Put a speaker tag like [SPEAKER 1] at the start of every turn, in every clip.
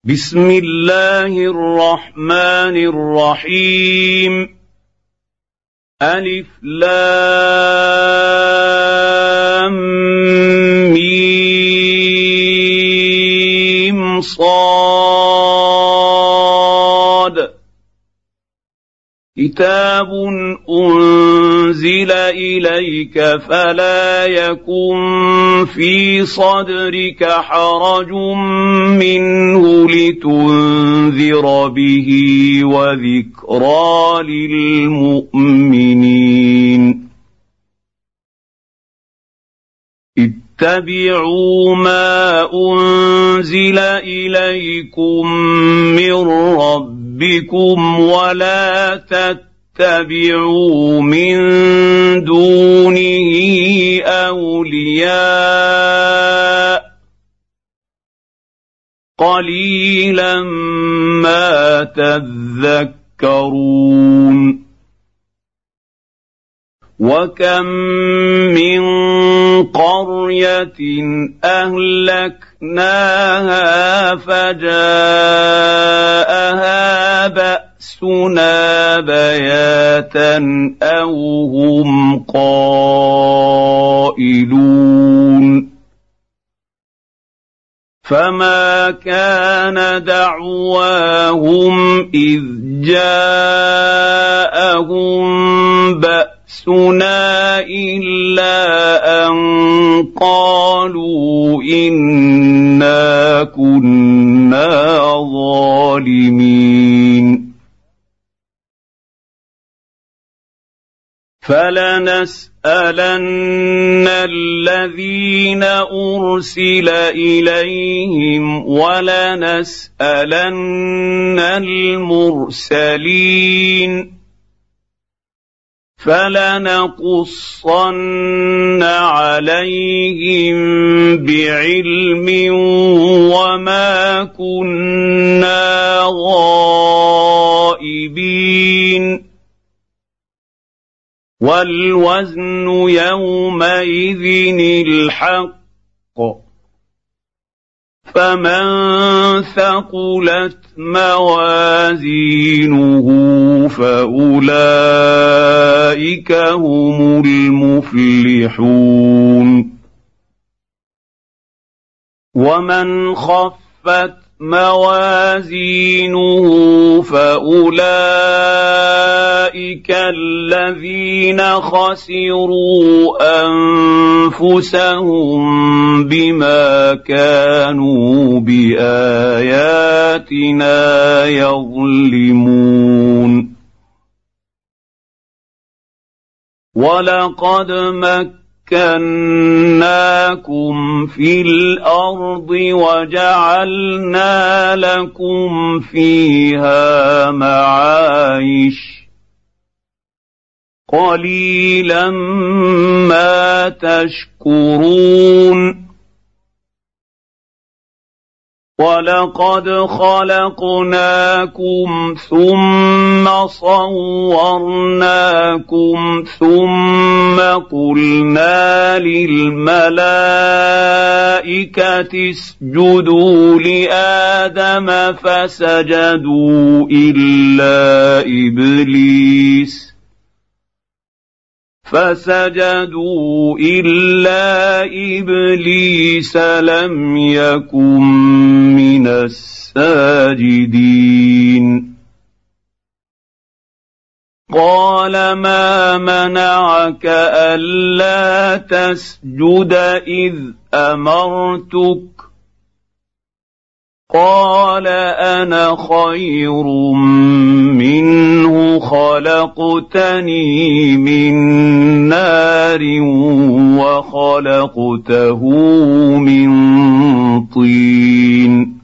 [SPEAKER 1] بسم الله الرحمن الرحيم ألف لام ميم صاد كتاب أنزل إليك فلا يكن في صدرك حرج منه لتنذر به وذكرى للمؤمنين اتبعوا ما أنزل إليكم من ربكم ولا تتبعوا من دونه أولياء قليلا ما تذكرون وكم من قرية أهلكناها فجاءها بأسنا بياتا أو هم قائلون فما كان دعواهم إذ جاءهم بأسنا إلا أن قالوا إنا كنا ظالمين فلنسألن الذين أرسل إليهم ولنسألن المرسلين فلنقصن عليهم بعلم وما كنا غائبين والوزن يومئذ الحق فمن ثقلت موازينه فأولئك هم المفلحون ومن خفت موازينه فأولئك الذين خسروا أنفسهم بما كانوا بآياتنا يظلمون ولقد مكناكم في الأرض وجعلنا لكم فيها معايش قليلا ما تشكرون ولقد خلقناكم ثم صورناكم ثم قلنا للملائكة اسجدوا لآدم فسجدوا إلا إبليس لم يكن من الساجدين قال ما منعك ألا تسجد إذ أمرتك قال أنا خير منه خلقتني من نار وخلقته من طين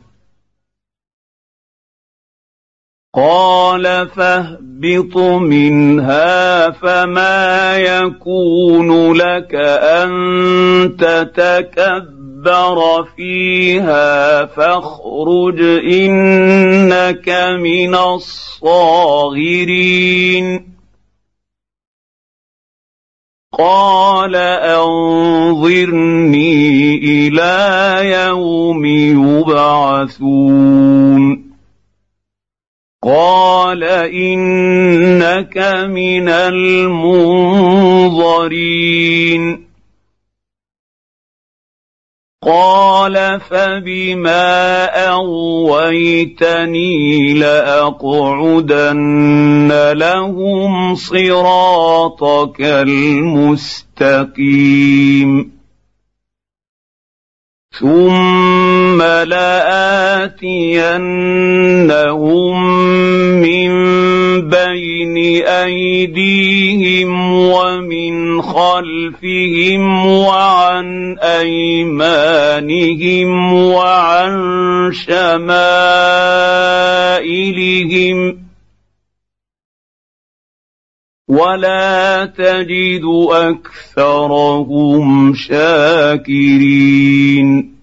[SPEAKER 1] قال فاهبط منها فما يكون لك أن تتكبر فيها فاخرج إنك من الصاغرين قال أنظرني إلى يوم يبعثون قال إنك من المنظرين قال فبما أغويتني لأقعدن لهم صراطك المستقيم ثم لآتينهم من بين أيديهم ومن خلفهم وعن أيمانهم وعن شمائلهم ولا تجد أكثرهم شاكرين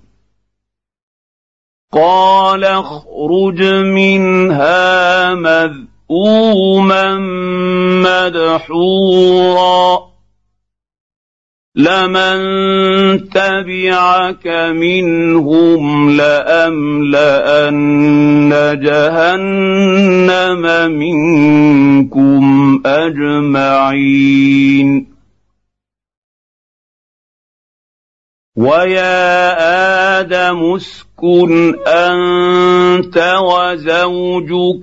[SPEAKER 1] قال اخرج منها مذءوما مدحورا لمن تبعك منهم لأملأن جهنم منكم أجمعين ويا آدم اسكن أنت وزوجك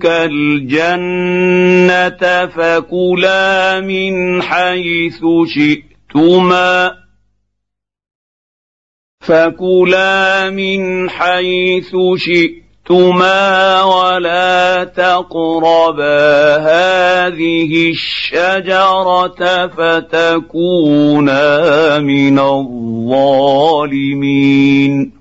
[SPEAKER 1] الجنة فكلا من حيث شئتما ولا تقربا هذه الشجرة فتكونا من الظالمين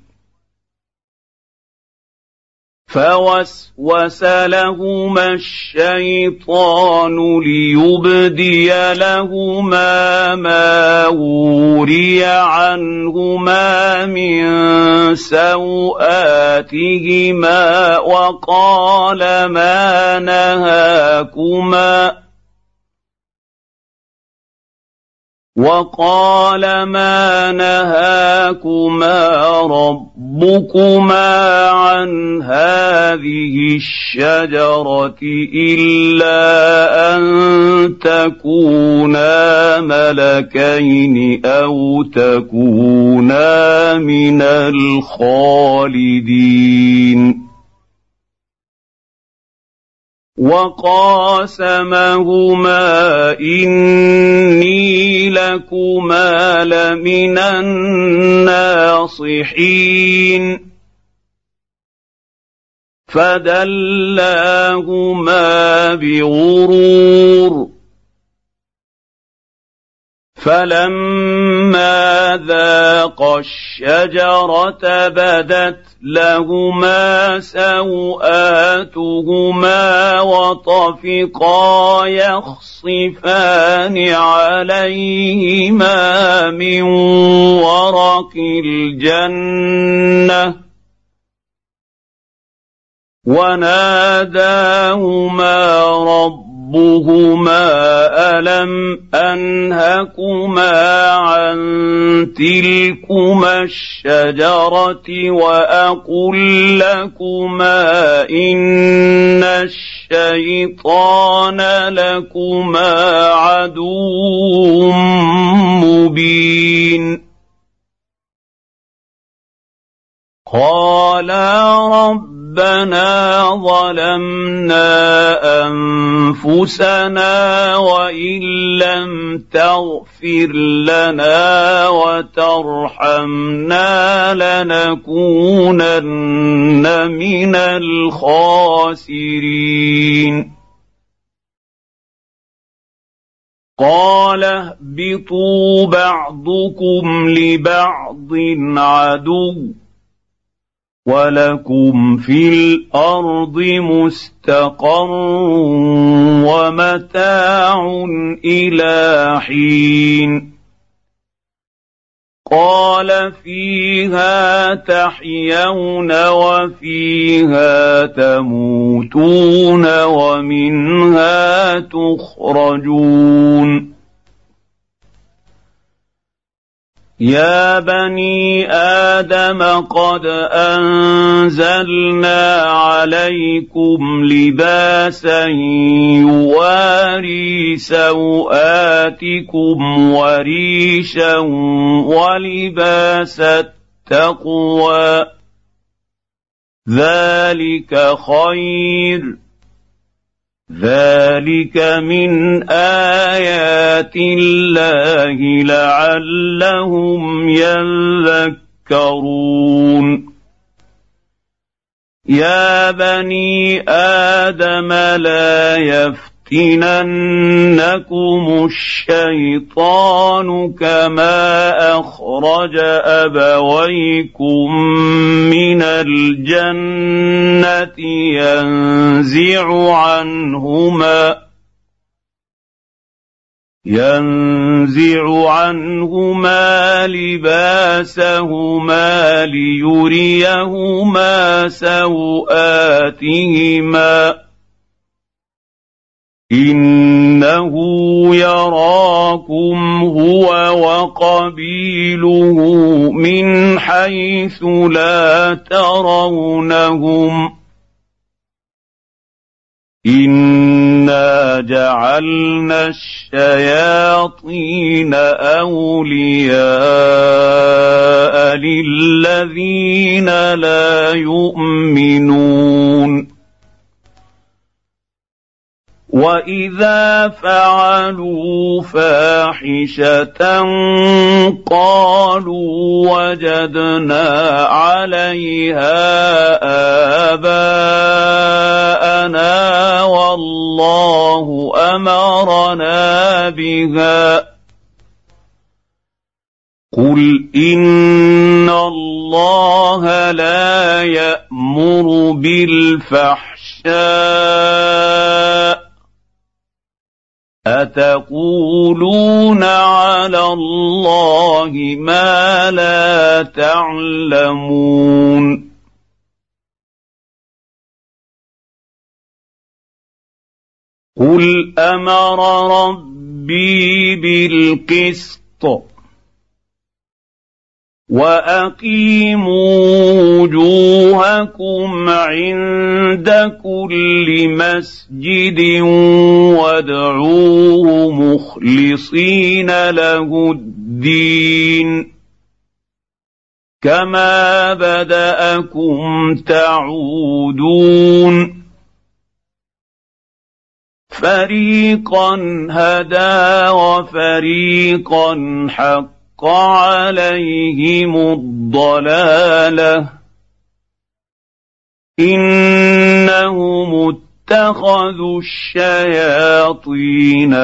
[SPEAKER 1] فوسوس لهما الشيطان ليبدي لهما ما وري عنهما من سوآتهما وقال ما نهاكما ربكما عن هذه الشجرة إلا أن تكونا ملكين أو تكونا من الخالدين وقاسمهما إني لكما لمن الناصحين فدلاهما بغرور فلما ذاقا الشجرة بدت لهما سوآتهما وطفقا يخصفان عليهما من ورق الجنة وناداهما ربهما ألم أنهكما عن تلكما الشجرة وأقل لكما إن الشيطان لكما عدو مبين قالا ربنا ظلمنا أنفسنا وإن لم تغفر لنا وترحمنا لنكونن من الخاسرين قال اهبطوا بعضكم لبعض عدو ولكم في الأرض مستقر ومتاع إلى حين قال فيها تحيون وفيها تموتون ومنها تخرجون يا بني آدم قد أنزلنا عليكم لباسا يواري سوآتكم وريشا ولباس التقوى ذلك خير ذلك من آيات الله لعلهم يذكرون يا بني آدم لا يفتننكم الشيطان كما أخرج أبويكم من الجنة ينزع عنهما لباسهما ليريهما سوآتهما إنه يراكم هو وقبيله من حيث لا ترونهم إنا جعلنا الشياطين أولياء للذين لا يؤمنون وإذا فعلوا فاحشة قالوا وجدنا عليها آباءنا والله أمرنا بها قل إن الله لا يأمر بالفحشاء أتقولون على الله ما لا تعلمون قل أمر ربي بالقسط وأقيموا وجوهكم عند كل مسجد وادعوه مخلصين له الدين كما بدأكم تعودون فريقا هدى وفريقا حق عليهم الضلاله إنهم اتخذوا الشياطين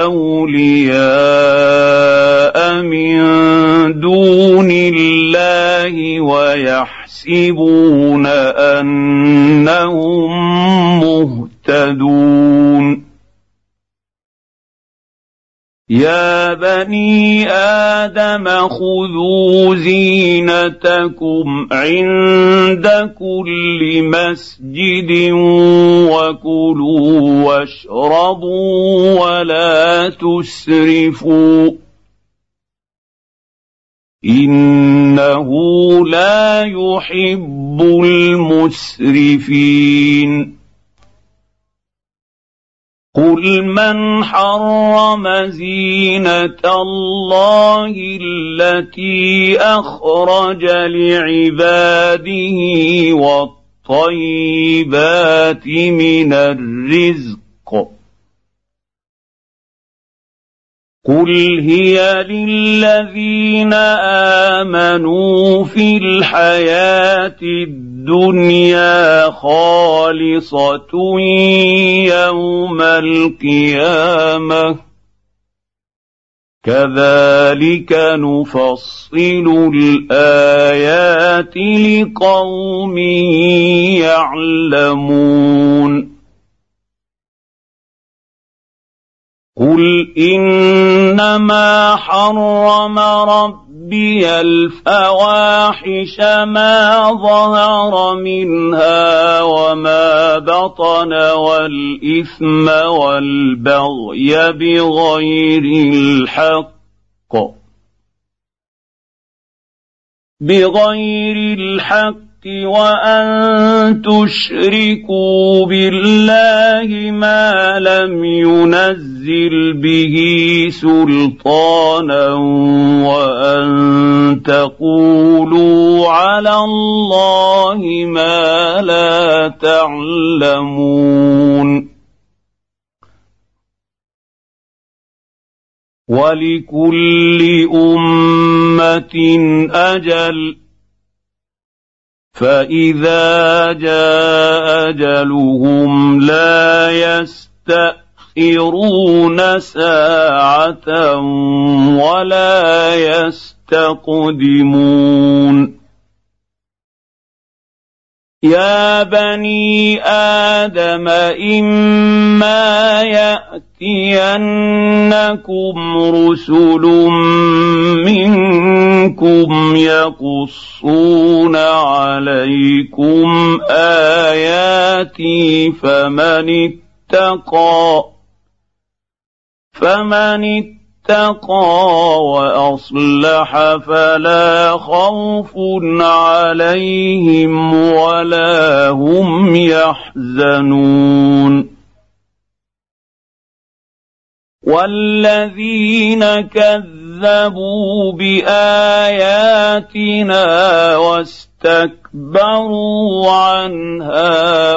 [SPEAKER 1] أولياء من دون الله ويحسبون أنهم مهتدون يا بني آدم خذوا زينتكم عند كل مسجد وكلوا واشربوا ولا تسرفوا إنه لا يحب المسرفين قل من حرم زينة الله التي أخرج لعباده والطيبات من الرزق قل هي للذين آمنوا في الحياة الدنيا خالصة يوم القيامة كذلك نفصل الآيات لقوم يعلمون قل إنما حرم ربي الفواحش ما ظهر منها وما بطن والإثم والبغي بغير الحق بغير الحق وأن تشركوا بالله ما لم ينزل به سلطانا وأن تقولوا على الله ما لا تعلمون ولكل أمة أجل فإذا جاء أجلهم لا يستأخرون ساعة ولا يستقدمون يا بني آدم إما يأتينكم رسل منكم يقصون عليكم آياتي فمن اتقى وأصلح فلا خوف عليهم ولا هم يحزنون والذين كذبوا بآياتنا واستكبروا عنها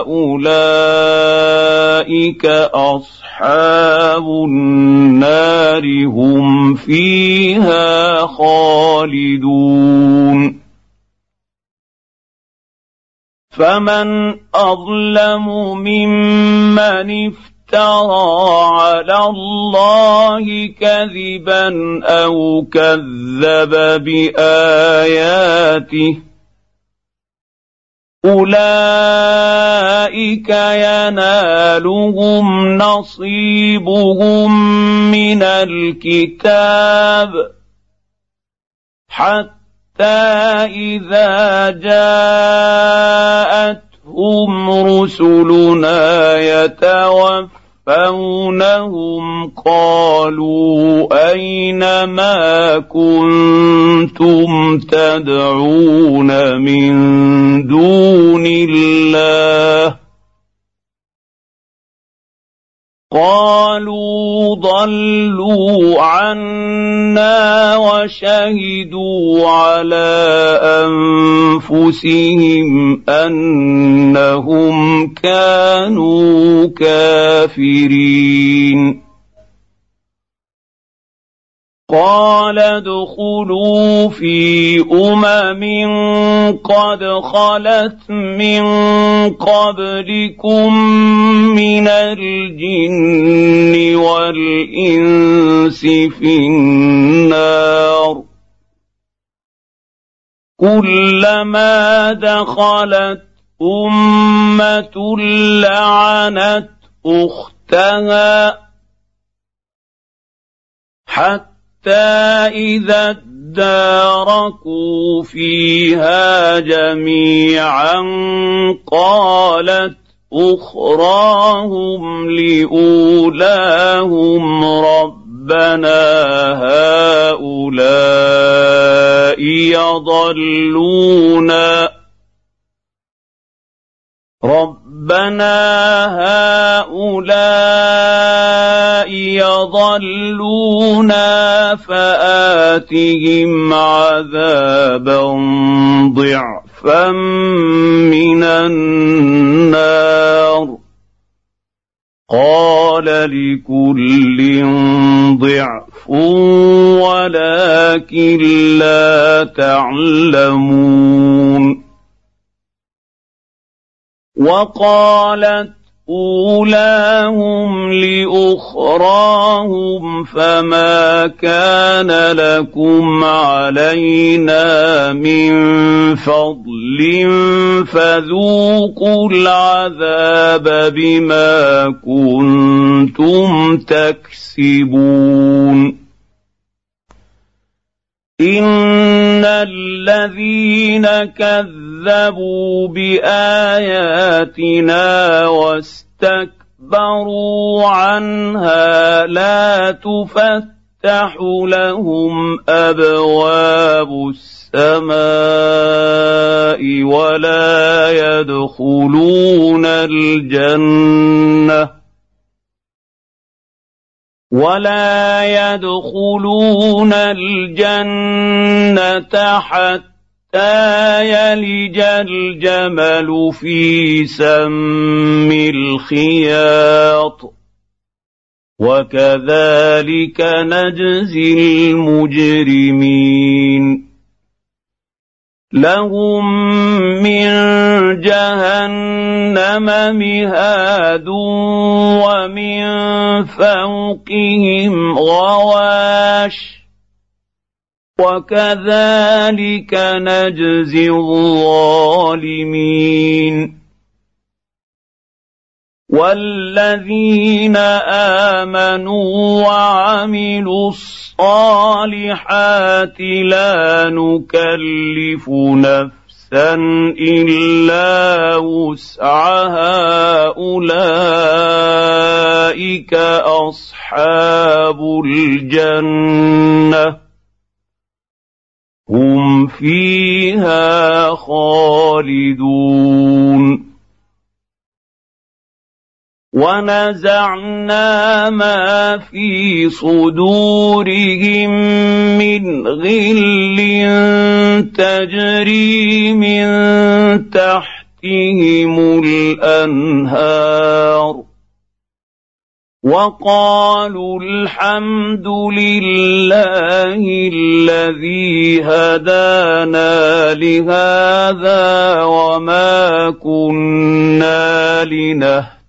[SPEAKER 1] أولئك أصحاب النار هم فيها خالدون فمن أظلم ممن افترى على الله كذبا أو كذب بآياته أولئك ينالهم نصيبهم من الكتاب حتى إذا جاءتهم رسلنا يتوفونهم قالوا أين ما كنتم تدعون من دون الله قالوا ضلوا عنا وشهدوا على أنفسهم أنهم كانوا كافرين قال ادخلوا في قد خلت من قبلكم من الجن والإنس في النار كلما دخلت أمة لعنت أختها حتى إذا اداركوا فيها جميعا قالت أخراهم لأولاهم ربنا هؤلاء يضلونا فآتهم عذابا ضعفا من النار قال لكل ضعف ولكن لا تعلمون وقالت أولاهم لأخراهم فما كان لكم علينا من فضل فذوقوا العذاب بما كنتم تكسبون إن الذين كذبوا بآياتنا واستكبروا عنها لا تفتح تفتح لهم أبواب السماء ولا يدخلون الجنة حتى يلج الجمل في سم الخياط وكذلك نجزي المجرمين لهم من جهنم مهاد ومن فوقهم غواش وكذلك نجزي الظالمين والذين آمنوا وعملوا الصالحات لا نكلف نفسا إلا وسعها أولئك أصحاب الجنة هم فيها خالدون ونزعنا ما في صدورهم من غل تجري من تحتهم الأنهار وقالوا الحمد لله الذي هدانا لهذا وما كنا لنهتدي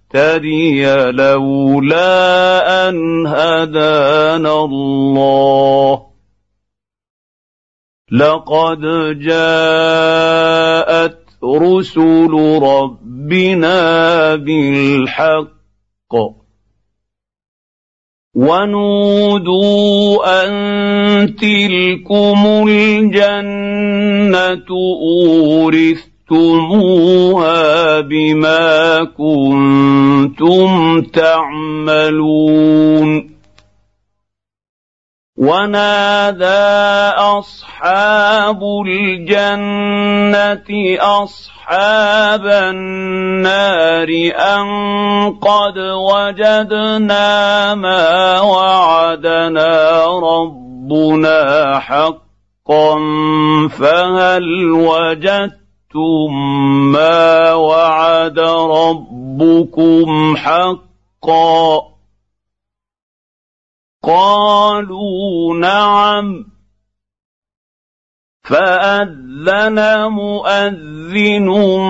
[SPEAKER 1] لولا أن هدانا الله لقد جاءت رسل ربنا بالحق ونودوا أن تلكم الجنة أورثتموها بما كنتم تعملون ونادى أصحاب الجنة أصحاب النار أن قد وجدنا ما وعدنا ربنا حقا فهل وجدتم ما وعد ربكم حقا قالوا نعم فأذن مؤذن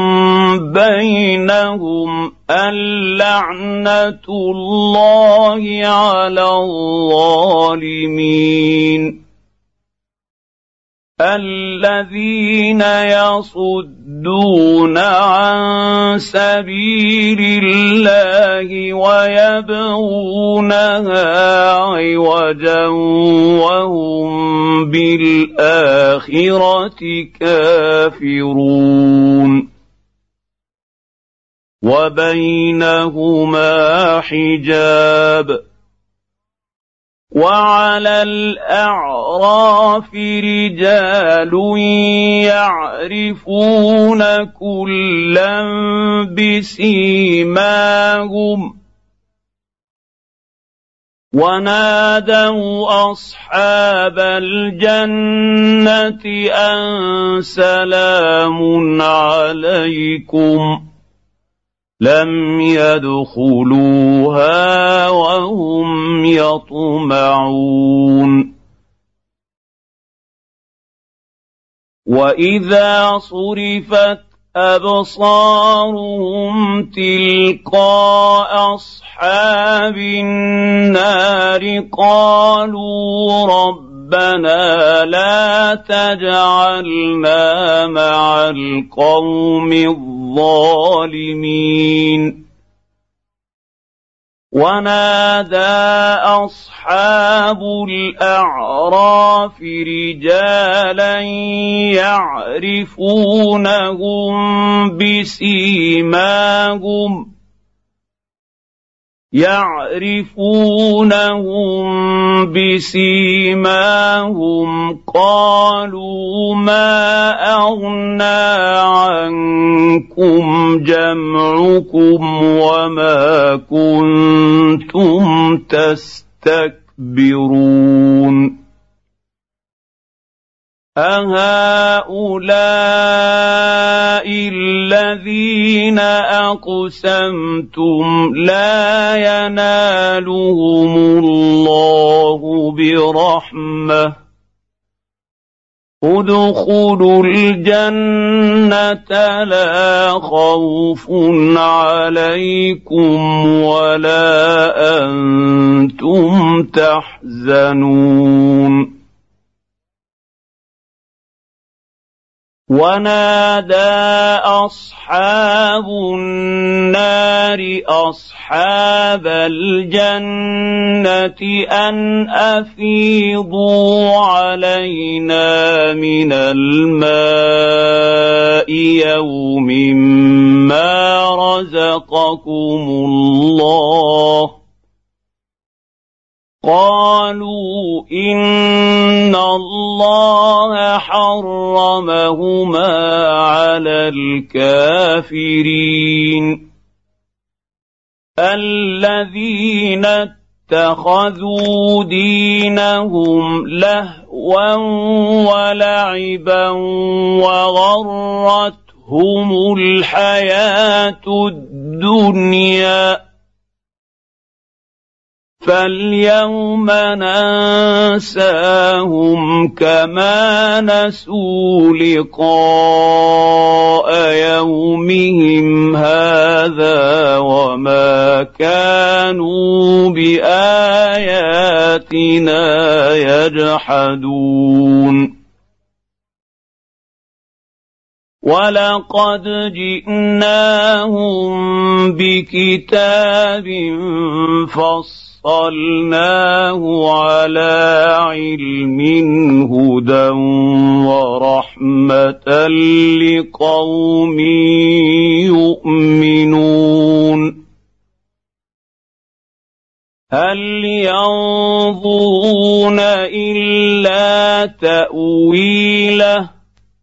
[SPEAKER 1] بينهم اللعنة الله على الظالمين الذين يصدون عن سبيل الله ويبغونها عوجا وهم بالآخرة كافرون وبينهما حجاب وعلى الأعراف رجال يعرفون كلا بسيماهم ونادوا أصحاب الجنة أن سلام عليكم لم يدخلوها وهم يطمعون وإذا صرفت أبصارهم تلقاء أصحاب النار قالوا ربنا لا تجعلنا مع القوم الظالمين ونادى أصحاب الأعراف رجالا يعرفونهم بسيماهم يعرفونهم بسيماهم قالوا ما أغنى عنكم جمعكم وما كنتم تستكبرون أهؤلاء الذين أقسمتم لا ينالهم الله برحمة ادخلوا الجنة لا خوف عليكم ولا أنتم تحزنون ونادى أصحاب النار أصحاب الجنة أن أفيضوا علينا من الماء يوم ما رزقكم الله قالوا إن الله حرمهما على الكافرين الذين اتخذوا دينهم لهوا ولعبا وغرتهم الحياة الدنيا فاليوم ننساهم كما نسوا لقاء يومهم هذا وما كانوا بآياتنا يجحدون ولقد جئناهم بكتاب فصلناه على علم هدى ورحمة لقوم يؤمنون هل ينظرون إلا تأويله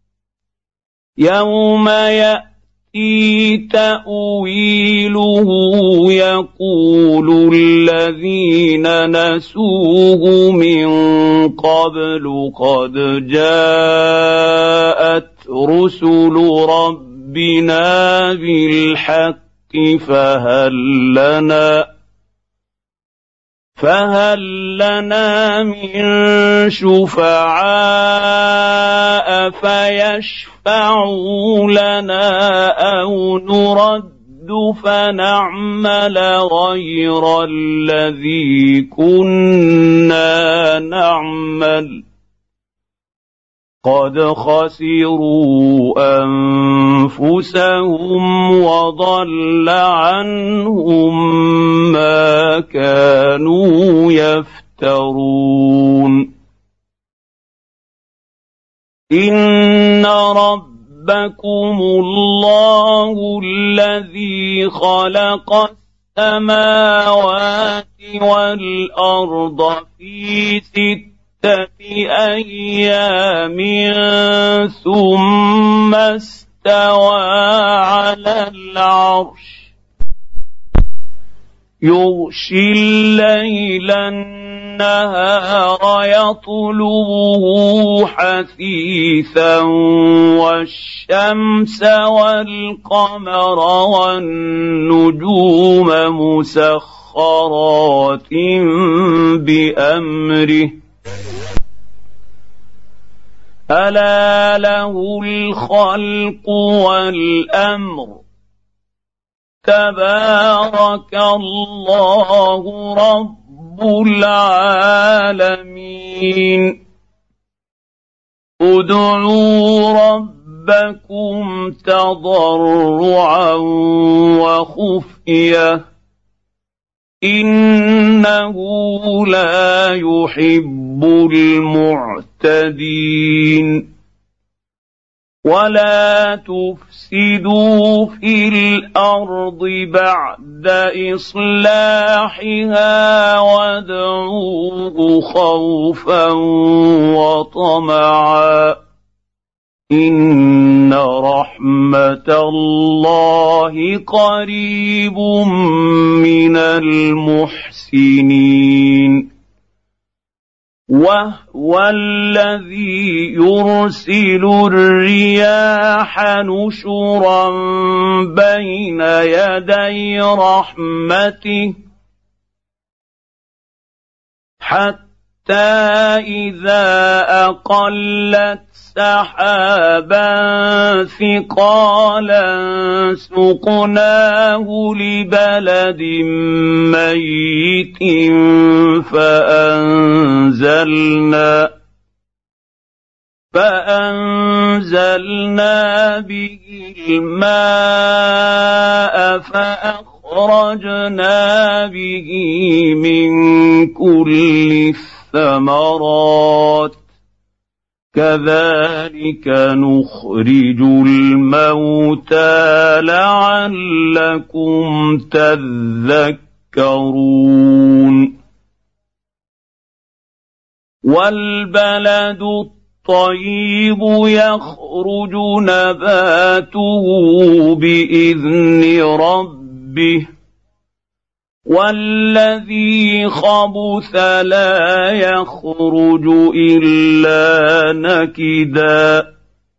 [SPEAKER 1] يوم يأتي تأويله يقول الذين نسوه من قبل قد جاءت رسل ربنا بالحق فهل لنا من شفعاء فيشفعوا لنا أو نرد فنعمل غير الذي كنا نعمل قد خسروا أنفسهم وضل عنهم ما كانوا يفترون إن ربكم الله الذي خلق السماوات والأرض في 6 أيام ثم استوى على العرش يغشي الليل النهار يطلبه حثيثا والشمس والقمر والنجوم مسخرات بأمره ألا له الخلق والأمر تبارك الله رب العالمين ادعوا ربكم تضرعا وخفية إنه لا يحب المعتدين ولا تفسدوا في الأرض بعد إصلاحها وادعوه خوفا وطمعا إن رحمة الله قريب من المحسنين وهو الذي يرسل الرياح نشرا بين يدي رحمته حتى إذا أقلت سحابا ثقالا سقناه لبلد ميت فأنزلنا به الماء فأخرجنا به من كل الثمرات كذلك نخرج الموتى لعلكم تذكرون والبلد الطيب يخرج نباته بإذن ربه والذي خبث لا يخرج إلا نكدا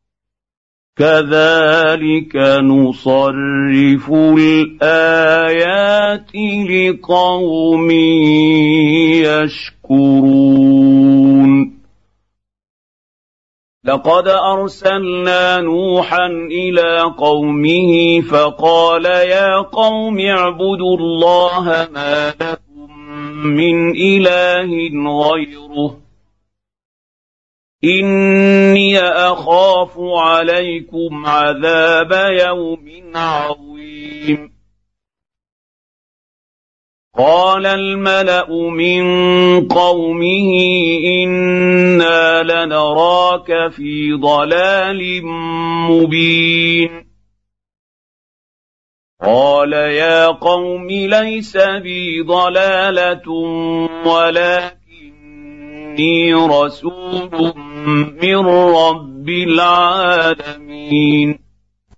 [SPEAKER 1] كذلك نصرف الآيات لقوم يشكرون لقد أرسلنا نوحا إلى قومه فقال يا قوم اعبدوا الله ما لكم من إله غيره إني أخاف عليكم عذاب يوم عظيم قال الملأ من قومه إنا لنراك في ضلال مبين قال يا قوم ليس بي ضلالة ولكني رسول من رب العالمين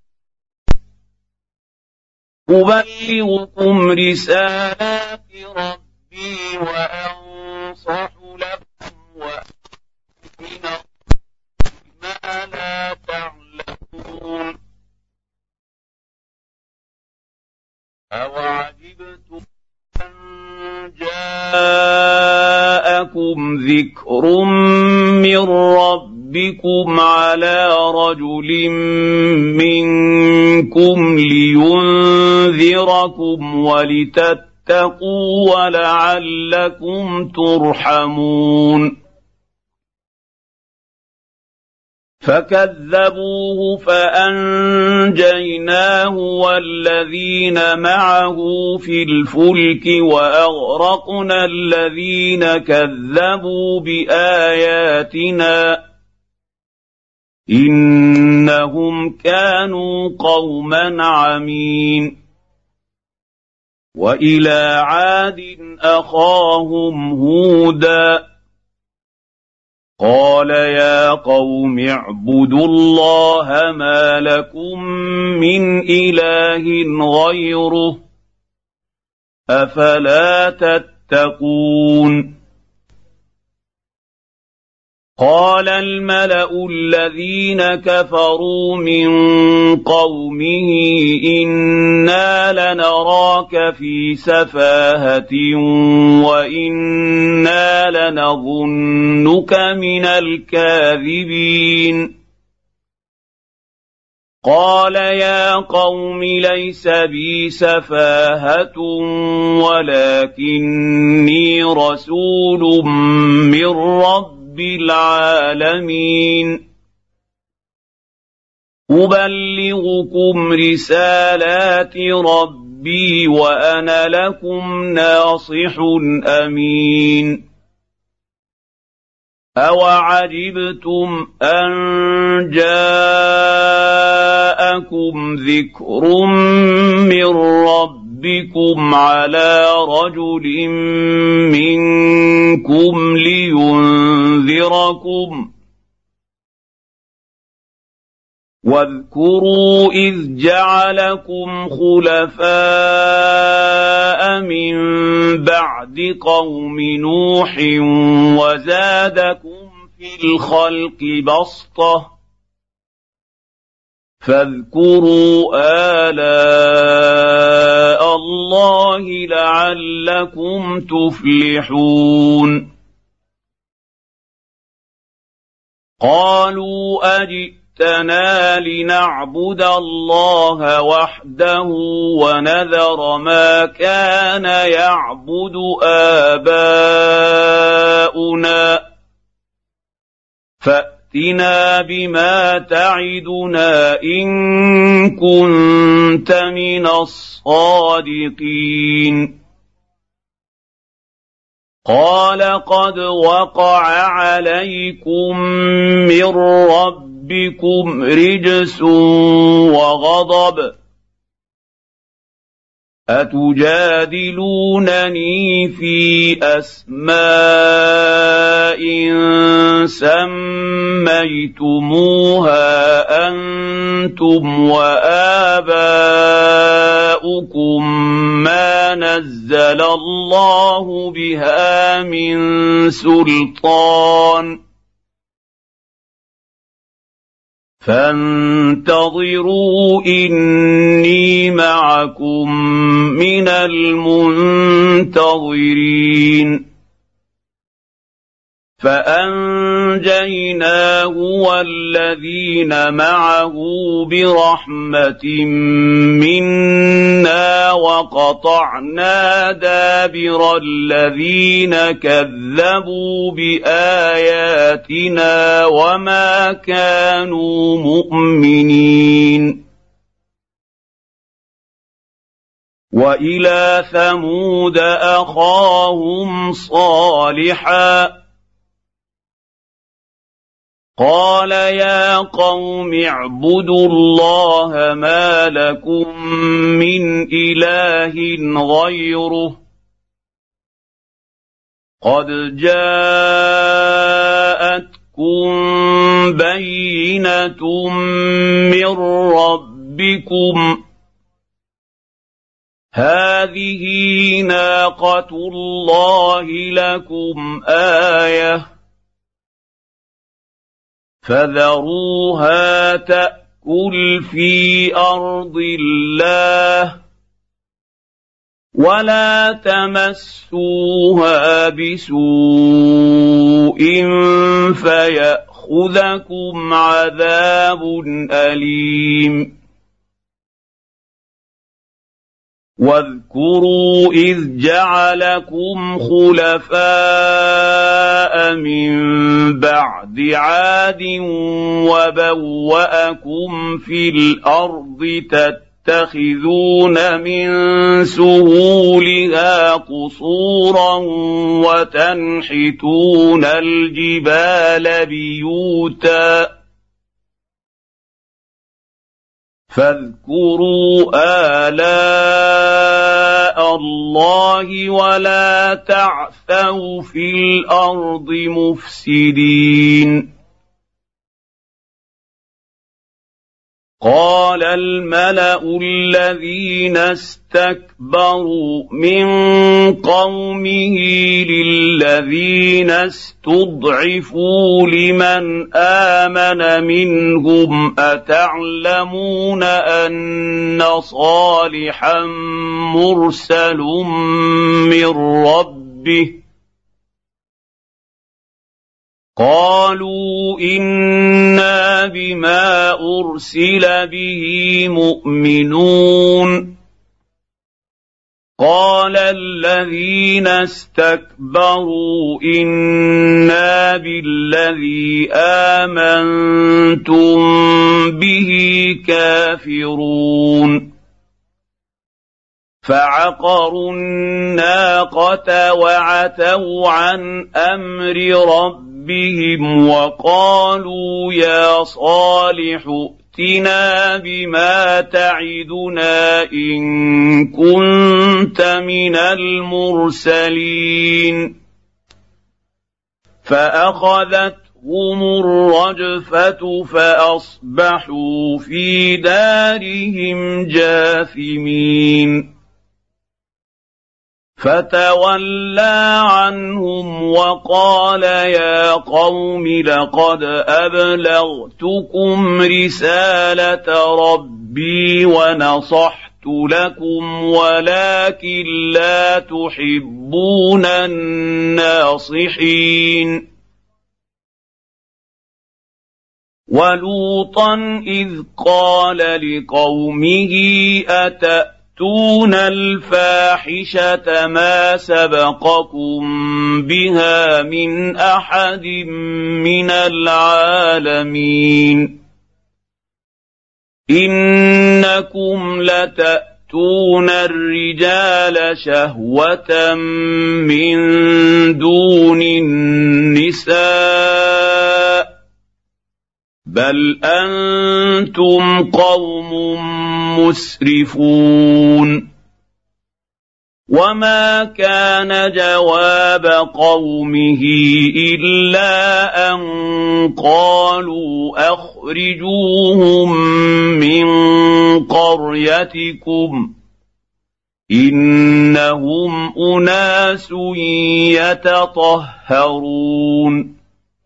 [SPEAKER 1] أبلغكم رسالات ربي وأنصح لكم وأؤمن ما لا تعلمون أوعجبتم أن جاءكم ذكر من ربكم على رجل منكم لينذركم ولتتقوا ولعلكم ترحمون فكذبوه فأنجيناه والذين معه في الفلك وأغرقنا الذين كذبوا بآياتنا إنهم كانوا قوما عمين وإلى عاد أخاهم هودا قال يا قوم اعبدوا الله ما لكم من إله غيره أفلا تتقون قال الملأ الذين كفروا من قومه إنا لنراك في سفاهة وإنا لنظنك من الكاذبين قال يا قوم ليس بي سفاهة ولكني رسول من رب العالمين أبلغكم رسالات ربي وأنا لكم ناصح أمين أَوَعَجِبْتُمْ أَن جَاءَكُمْ ذِكْرٌ مِّن رَّبِّكُمْ عَلَىٰ رَجُلٍ مِّنكُمْ لِيُنذِرَكُمْ ۖ وَاذْكُرُوا إِذْ جَعَلَكُمْ خُلَفَاءَ مِن بَعْدِ قَوْمِ نُوحٍ وَزَادَكُمْ فِي الْخَلْقِ بَسْطَةً ۖ فاذكروا آلاء الله لعلكم تفلحون. قالوا أجئتنا لنعبد الله وحده ونذر ما كان يعبد آباؤنا، فأتنا بما تعدنا إن كنت من الصادقين. قال قد وقع عليكم من ربكم رجس وغضب، أتجادلونني في أسماء سميتموها أنتم وآباؤكم ما نزل الله بها من سلطان، فانتظروا إني معكم من المنتظرين. فأنجيناه والذين معه برحمة منا وقطعنا دابر الذين كذبوا بآياتنا وما كانوا مؤمنين. وإلى ثمود أخاهم صالحا قال يا قوم اعبدوا الله ما لكم من إله غيره قد جاءتكم بينة من ربكم هذه ناقة الله لكم آية فذروها تأكل في أرض الله ولا تمسوها بسوء فيأخذكم عذاب أليم. واذكروا إذ جعلكم خلفاء من بعد عاد وبوأكم في الأرض تتخذون من سهولها قصورا وتنحتون الجبال بيوتا فاذكروا آلاء الله ولا تعثوا في الأرض مفسدين. قال الملأ الذين استكبروا من قومه للذين استضعفوا لمن آمن منهم أتعلمون أن صالحا مرسل من ربه قالوا إنا بما أرسل به مؤمنون. قال الذين استكبروا إنا بالذي آمنتم به كافرون. فعقروا الناقة وعتوا عن أمر ربهم ربهم وقالوا يا صالح ائتنا بما تعدنا إن كنت من المرسلين فأخذتهم الرجفة فأصبحوا في دارهم جاثمين فتولى عنهم وقال يا قوم لقد أبلغتكم رسالة ربي ونصحت لكم ولكن لا تحبون الناصحين ولوطا إذ قال لقومه أتأتون الفاحشة ما سبقكم بها من أحد من العالمين إنكم لتأتون الرجال شهوة من دون النساء بل أنتم قوم مسرفون وما كان جواب قومه إلا أن قالوا أخرجوهم من قريتكم إنهم أناس يتطهرون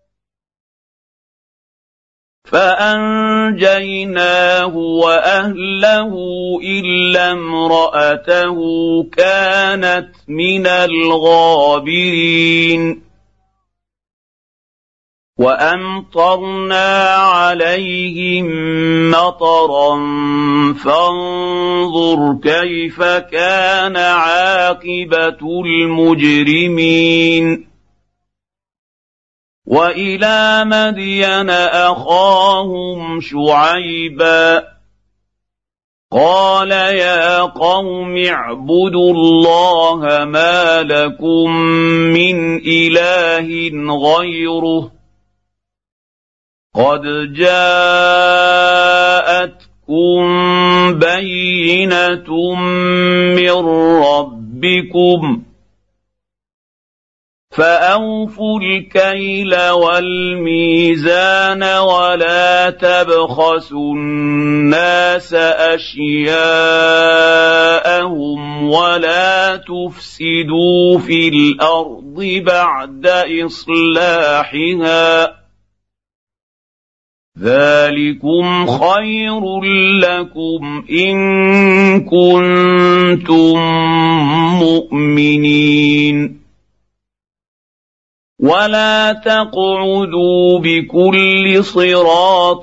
[SPEAKER 1] فأنجيناه وأهله إلا امرأته كانت من الغابرين وأمطرنا عليهم مطرا فانظر كيف كان عاقبة المجرمين وإلى مدين أخاهم شعيبا قال يا قوم اعبدوا الله ما لكم من إله غيره قد جاءتكم بينة من ربكم فأوفوا الكيل والميزان ولا تبخسوا الناس أشياءهم ولا تفسدوا في الأرض بعد إصلاحها ذلكم خير لكم إن كنتم مؤمنين ولا تقعدوا بكل صراط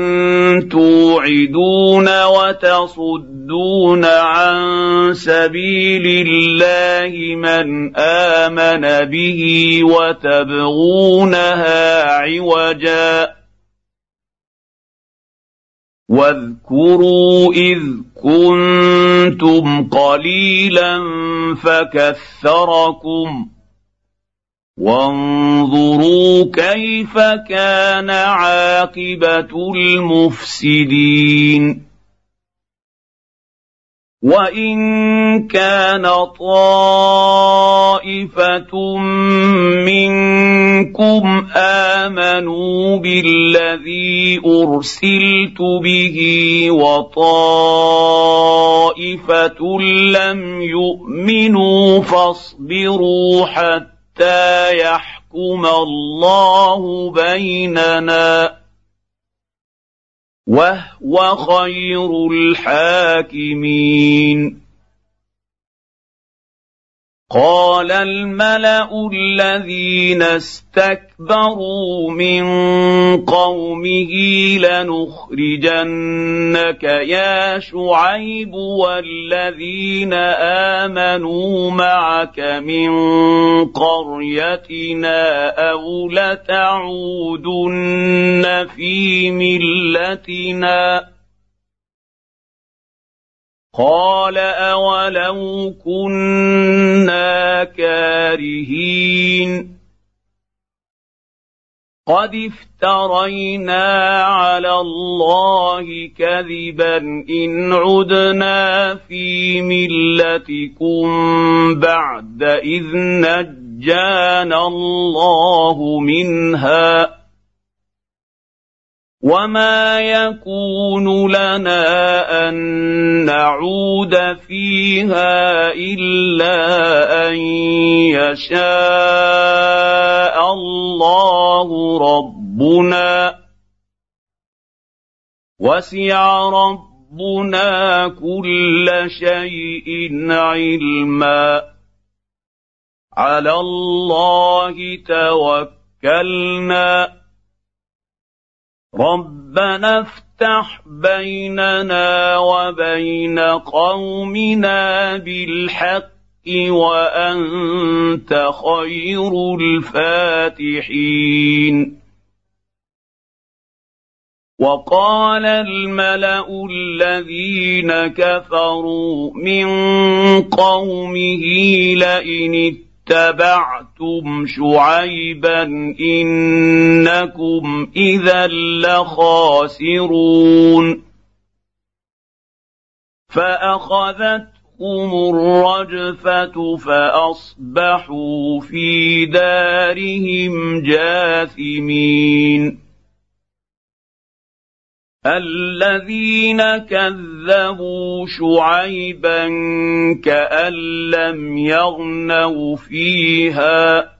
[SPEAKER 1] توعدون وتصدون عن سبيل الله من آمن به وتبغونها عوجا واذكروا إذ كنتم قليلا فكثركم وانظروا كيف كان عاقبة المفسدين وإن كان طائفة منكم آمنوا بالذي أرسلت به وطائفة لم يؤمنوا فاصبروا حتى يحكم الله بيننا وهو خير الحاكمين قال الملأ الذين استكبروا من قومه لنخرجنك يا شعيب والذين آمنوا معك من قريتنا أو لتعودن في ملتنا قال أولو كنا كارهين قد افترينا على الله كذبا إن عدنا في ملتكم بعد إذ نجانا الله منها وما يكون لنا أن نعود فيها إلا أن يشاء الله ربنا وسع ربنا كل شيء علما على الله توكلنا ربنا افتح بيننا وبين قومنا بالحق وأنت خير الفاتحين وقال الملأ الذين كفروا من قومه لئن اتبعتم شعيبا إنكم إذا لخاسرون فأخذتهم الرجفة فأصبحوا في دارهم جاثمين الذين كذبوا شعيبا كأن لم يغنوا فيها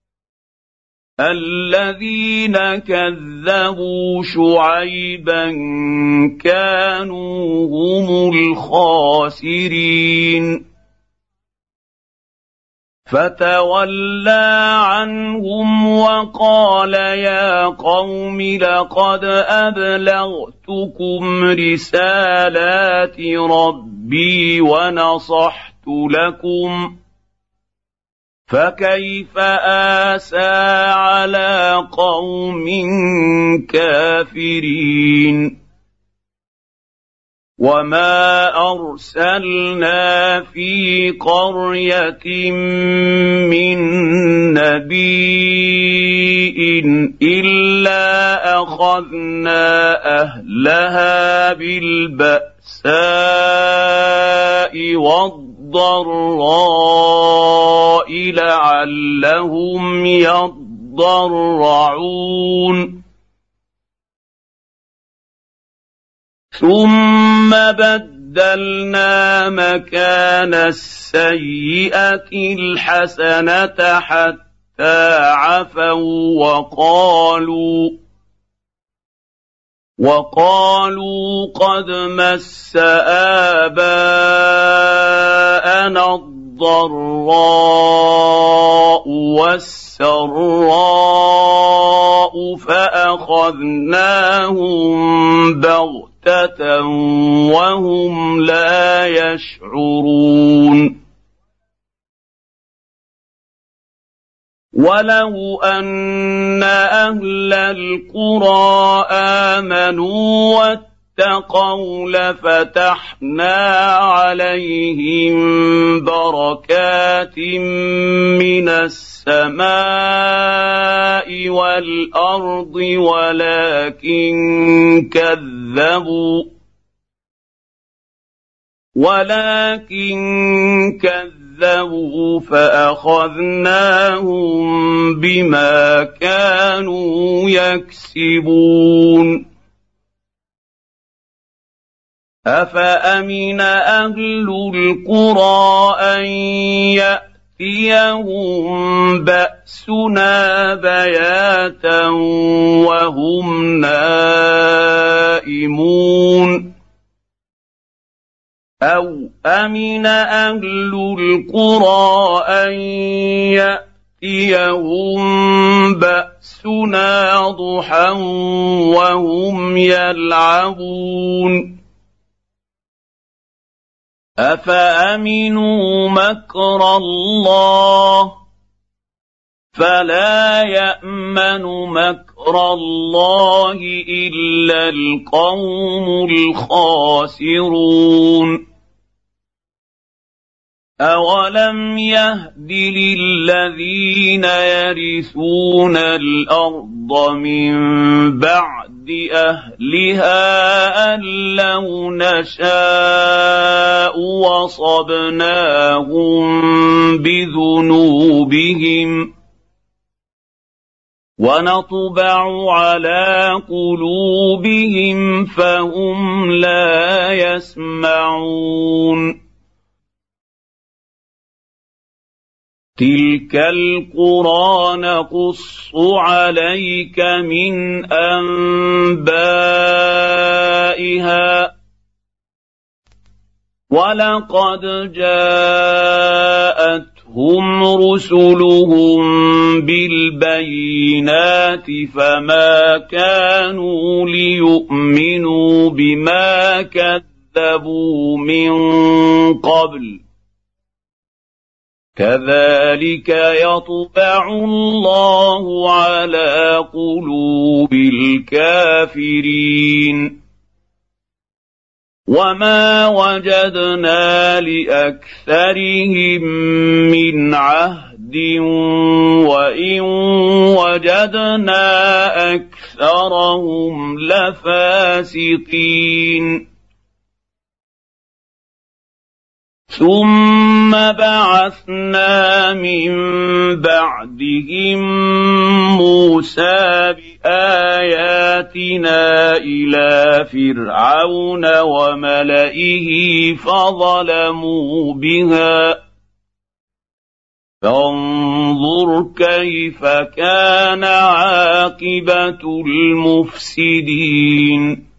[SPEAKER 1] الذين كذبوا شعيبا كانوا هم الخاسرين فتولى عنهم وقال يا قوم لقد أبلغتكم رسالات ربي ونصحت لكم فكيف آسى على قوم كافرين وما أرسلنا في قرية من نبي إلا أخذنا أهلها بالبأساء والضراء لعلهم يضرعون ثم بدلنا مكان السيئة الحسنة حتى عفوا وقالوا قد مس آباءنا الضراء والسراء فأخذناهم بغتة وهم لا يشعرون ولو أن أهل القرى آمنوا واتقوا لفتحنا عليهم بركات من السماء والأرض ولكن كذبوا فأخذناهم بما كانوا يكسبون أفأمن أهل القرى أن يأتيهم بأسنا بياتا وهم نائمون أو أمن أهل القرى أن يأتيهم بأسنا ضحى وهم يلعبون أفأمنوا مكر الله فلا يأمن مكر الله إلا القوم الخاسرون أولم يهد للذين يرثون الأرض من بعد أهلها أن لو نشاء وصبناهم بذنوبهم ونطبع على قلوبهم فهم لا يسمعون تلك القرى نقص عليك من أنبائها ولقد جاءتهم رسلهم بالبينات فما كانوا ليؤمنوا بما كذبوا من قبل كذلك يطبع الله على قلوب الكافرين وما وجدنا لأكثرهم من عهد وإن وجدنا أكثرهم لفاسقين ثم بعثنا من بعدهم موسى بآياتنا إلى فرعون وملئه فظلموا بها فانظر كيف كان عاقبة المفسدين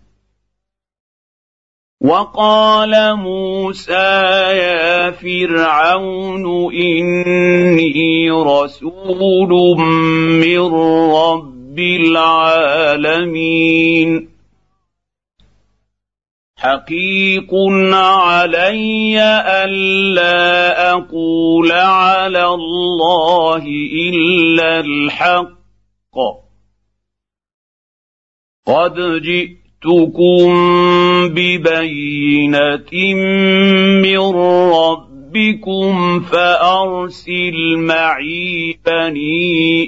[SPEAKER 1] وقال موسى يا فرعون إني رسول من رب العالمين حقيق علي ألا أقول على الله إلا الحق قد جئتكم ببينة من ربكم فأرسل معي بني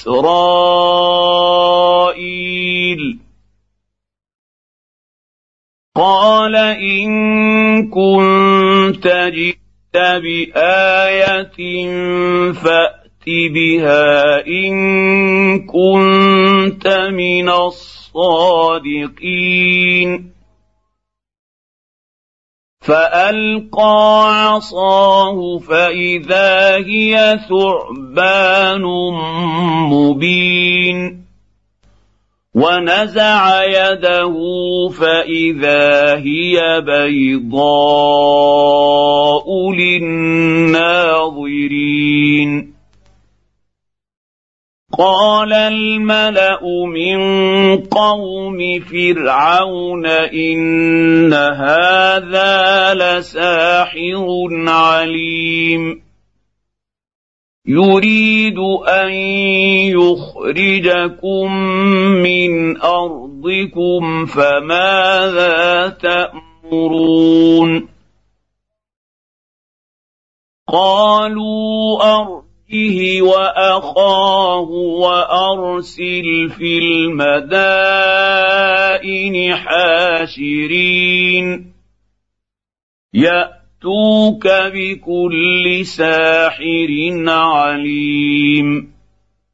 [SPEAKER 1] إسرائيل قال إن كنت جئت بآية فأت بها إن كنت من الصادقين فألقى عصاه فإذا هي ثعبان مبين ونزع يده فإذا هي بيضاء للناظرين قال الملأ من قوم فرعون إن هذا لساحر عليم يريد أن يخرجكم من أرضكم فماذا تأمرون قالوا أرجه وأخاه وأرسل في المدائن حاشرين يأتوك بكل ساحر عليم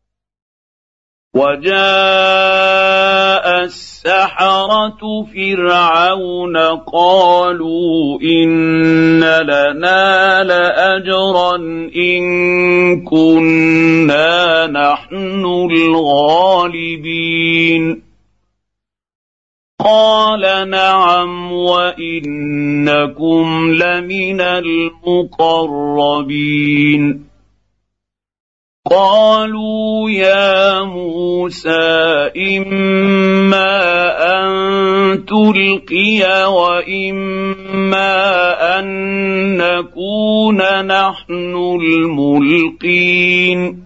[SPEAKER 1] وجاء السحرة فرعون قالوا إن لنا لأجرا إن كنا نحن الغالبين قال نعم وإنكم لمن المقربين قالوا يا موسى إما أن تلقي وإما أن نكون نحن الملقين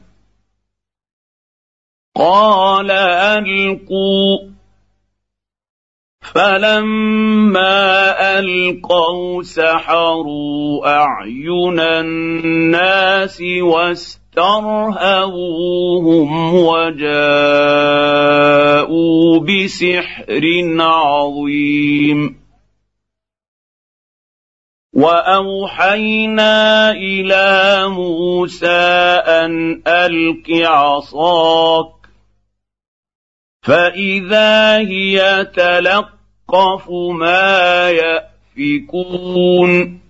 [SPEAKER 1] قال ألقوا فلما ألقوا سحروا أعين الناس واسترهبوهم وجاءوا بسحر عظيم. وأوحينا إلى موسى أن ألق عصاك فإذا هي تلقف ما يأفكون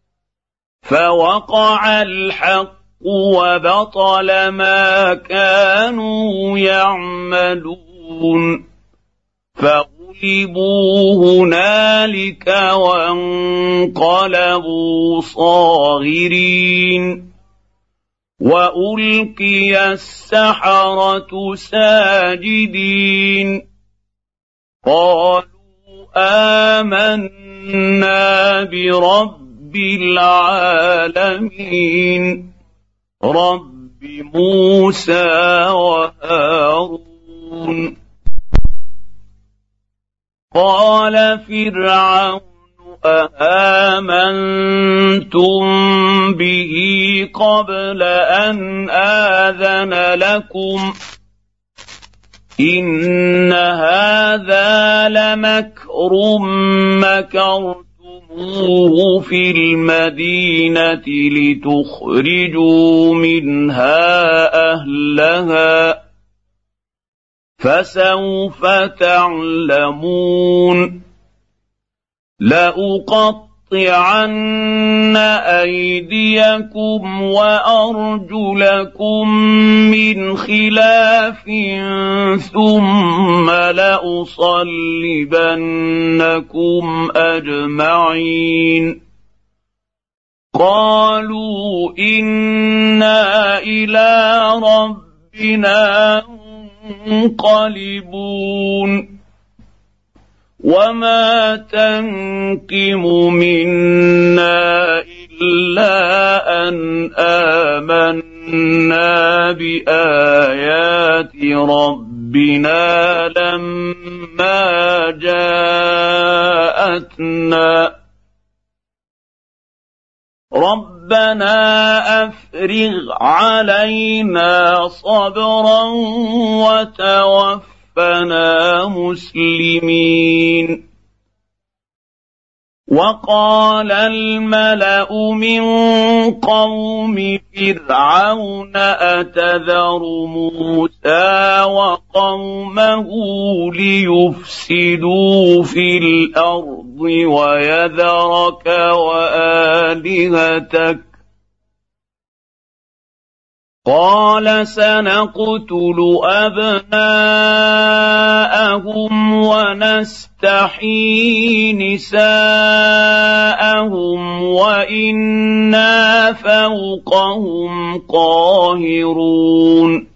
[SPEAKER 1] فوقع الحق وبطل ما كانوا يعملون فغلبوا هنالك وانقلبوا صاغرين وألقي السحرة ساجدين قالوا آمنا برب العالمين رب موسى وهارون. قال فرعون أآمنتم به قبل أن آذن لكم إن هذا لمكر مكرتموه في المدينة لتخرجوا منها أهلها فسوف تعلمون. لأقطعن أيديكم وأرجلكم من خلاف ثم لأصلبنكم أجمعين. قالوا إنا إلى ربنا منقلبون. وما تنقم منا إلا أن آمنا بآيات ربنا لما جاءتنا ربنا أفرغ علينا صبرا وتوفنا مسلمين. وقال الملأ من قوم فرعون أتذر موسى وقومه ليفسدوا في الأرض ويذرك وآلهتك قال سنقتل أبناءهم ونستحيي نساءهم وإنا فوقهم قاهرون.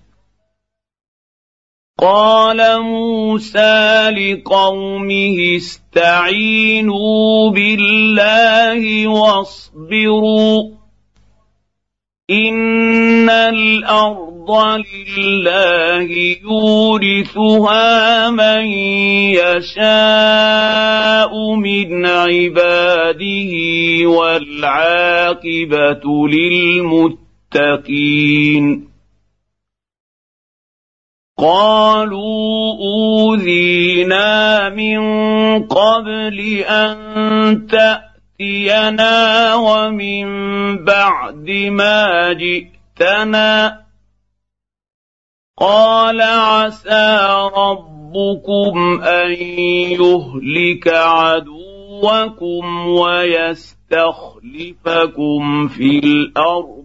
[SPEAKER 1] قال موسى لقومه استعينوا بالله واصبروا إن الأرض لله يورثها من يشاء من عباده والعاقبة للمتقين. قالوا أوذينا من قبل أن تأتينا ومن بعد ما جئتنا قال عسى ربكم أن يهلك عدوكم ويستخلفكم في الأرض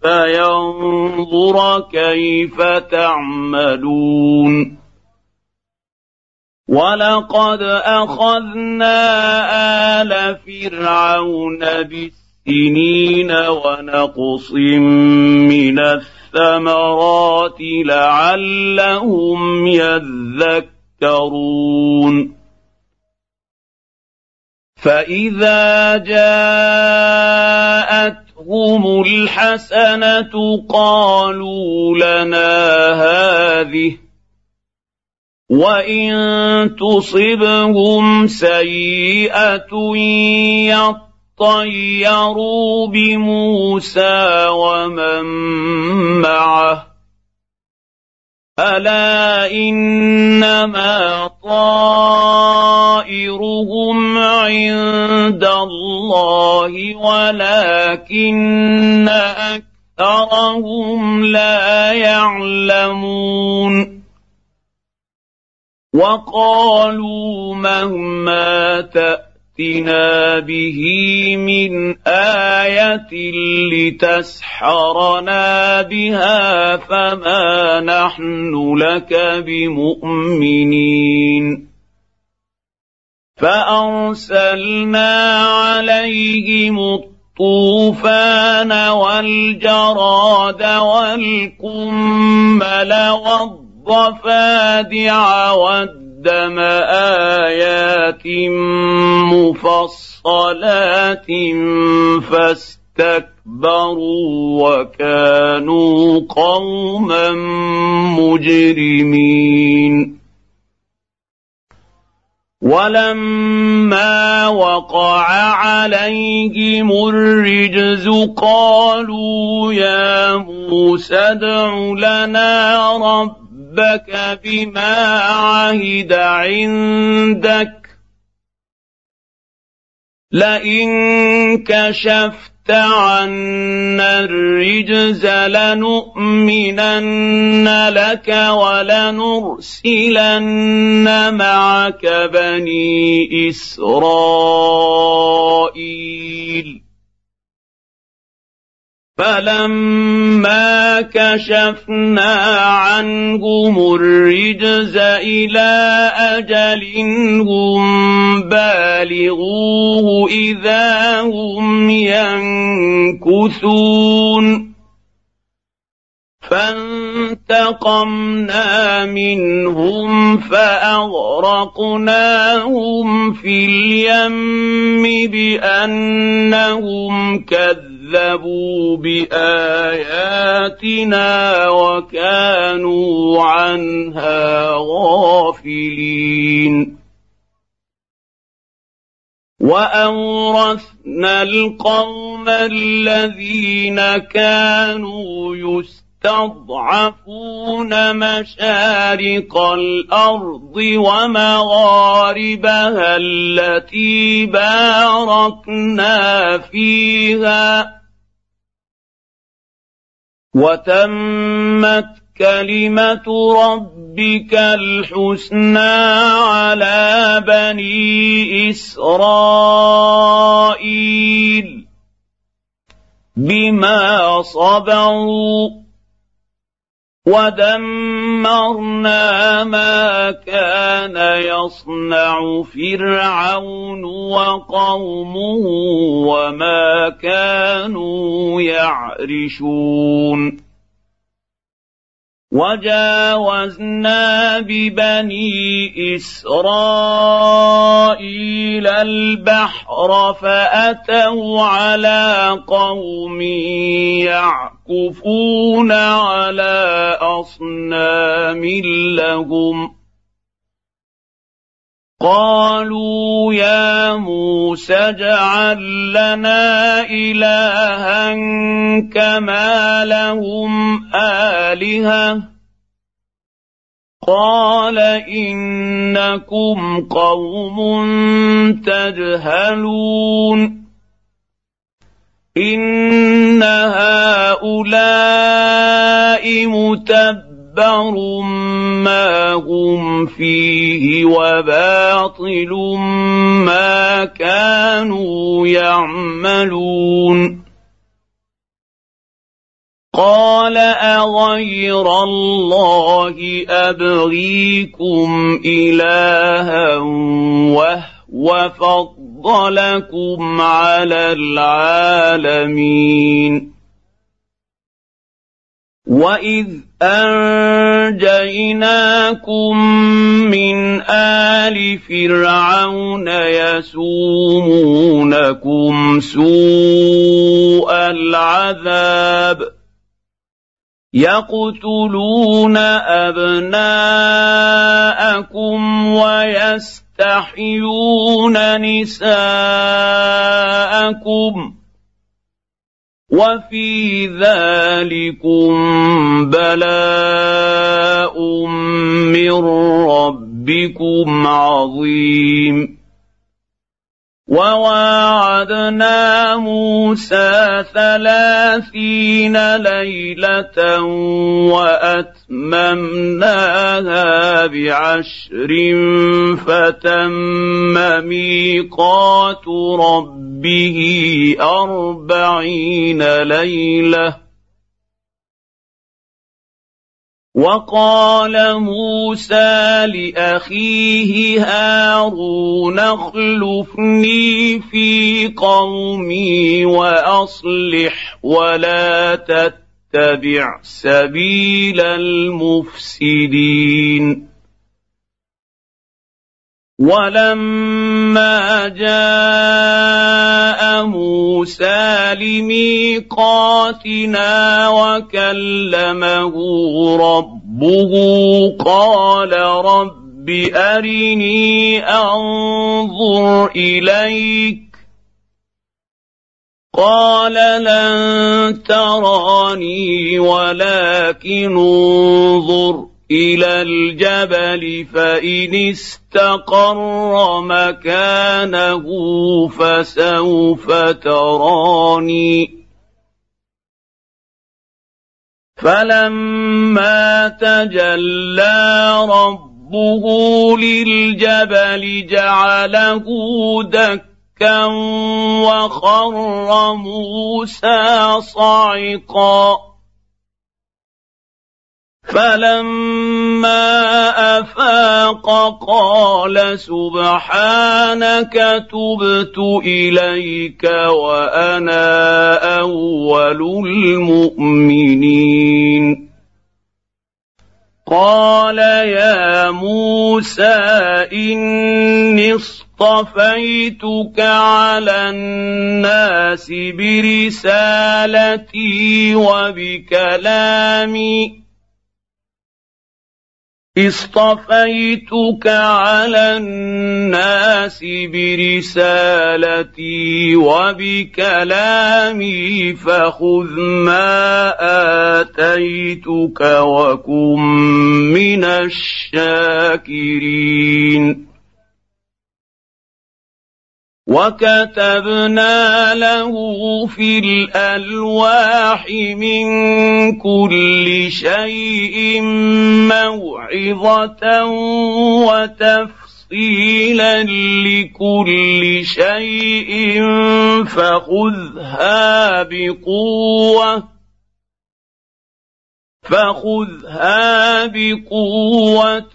[SPEAKER 1] فينظر كيف تعملون. ولقد أخذنا آل فرعون بالسنين ونقص من الثمرات لعلهم يذكرون. فإذا جاءتهم الحسنة قالوا لنا هذه وإن تصبهم سيئة يطيروا بموسى ومن معه ألا إنما طائرهم عند الله ولكن أكثرهم لا يعلمون وقالوا مهما تأتنا به من آية لتسحرنا بها فما نحن لك بمؤمنين فأرسلنا عليهم الطوفان والجراد والقمل والضفادع والدم آيات مفصلات فاستكبروا وكانوا قوما مجرمين ولما وقع عليهم الرجز قالوا يا موسى ادع لنا ربك بما عهد عندك لئن كشفت عنا الرجز لنؤمنن لك ولنرسلن معك بني إسرائيل فلما كشفنا عنهم الرجز إلى أجل هم بالغوه إذا هم ينكثون فانتقمنا منهم فأغرقناهم في اليم بأنهم كذبوا بآياتنا وكانوا عنها غافلين وأورثنا القوم الذين كانوا يستضعفون مشارق الأرض ومغاربها التي باركنا فيها وتمت كلمة ربك الحسنى على بني إسرائيل بما صبروا ودمرنا ما كان يصنع فرعون وقومه وما كانوا يعرشون وجاوزنا ببني إسرائيل البحر فأتوا على قوم يعكفون على أصنام لهم قالوا يا موسى اجعل لنا إلها كما لهم آلهة قال إنكم قوم تجهلون إن هؤلاء متبر ما هم فيه وباطل ما كانوا يعملون قال أغير الله أبغيكم إلها وهو فضلكم على العالمين وإذ أنجيناكم من آل فرعون يسومونكم سوء العذاب يقتلون أبناءكم ويستحيون نساءكم وفي ذلكم بلاء من ربكم عظيم. وواعدنا موسى 30 ليلة وأتممناها ب10 فتم ميقات ربه 40 ليلة. وقال موسى لأخيه هارون اخلفني في قومي وأصلح ولا تتبع سبيل المفسدين. ولما جاء موسى لميقاتنا وكلمه ربه قال رب أرني أنظر إليك قال لن تراني ولكن انظر إلى الجبل فإن استقر مكانه فسوف تراني. فلما تجلى ربه للجبل جعله دكا وخر موسى صعقا. فلما أفاق قال سبحانك تبت إليك وأنا أول المؤمنين. قال يا موسى إني اصطفيتك على الناس برسالتي وبكلامي فخذ ما آتيتك وكن من الشاكرين. وكتبنا له في الألواح من كل شيء موعظة وتفصيلا لكل شيء فخذها بقوة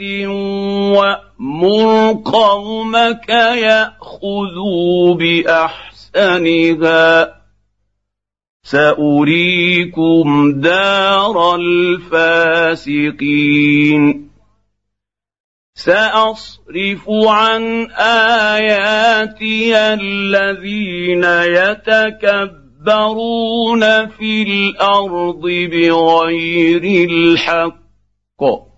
[SPEAKER 1] وأمر قومك يأخذوا بأحسنها سأريكم دار الفاسقين. سأصرف عن آياتي الذين يتكبرون في الأرض بغير الحق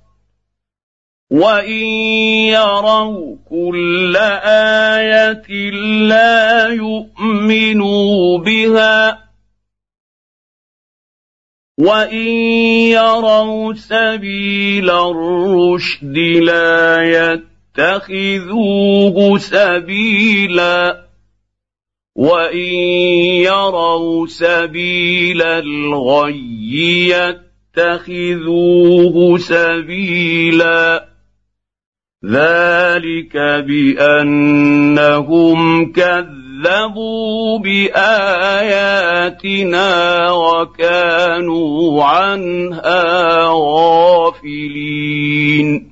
[SPEAKER 1] وإن يروا كل آية لا يؤمنوا بها وإن يروا سبيل الرشد لا يتخذوه سبيلا وإن يروا سبيل الغي يتخذوه سبيلا ذلك بأنهم كذبوا بآياتنا وكانوا عنها غافلين.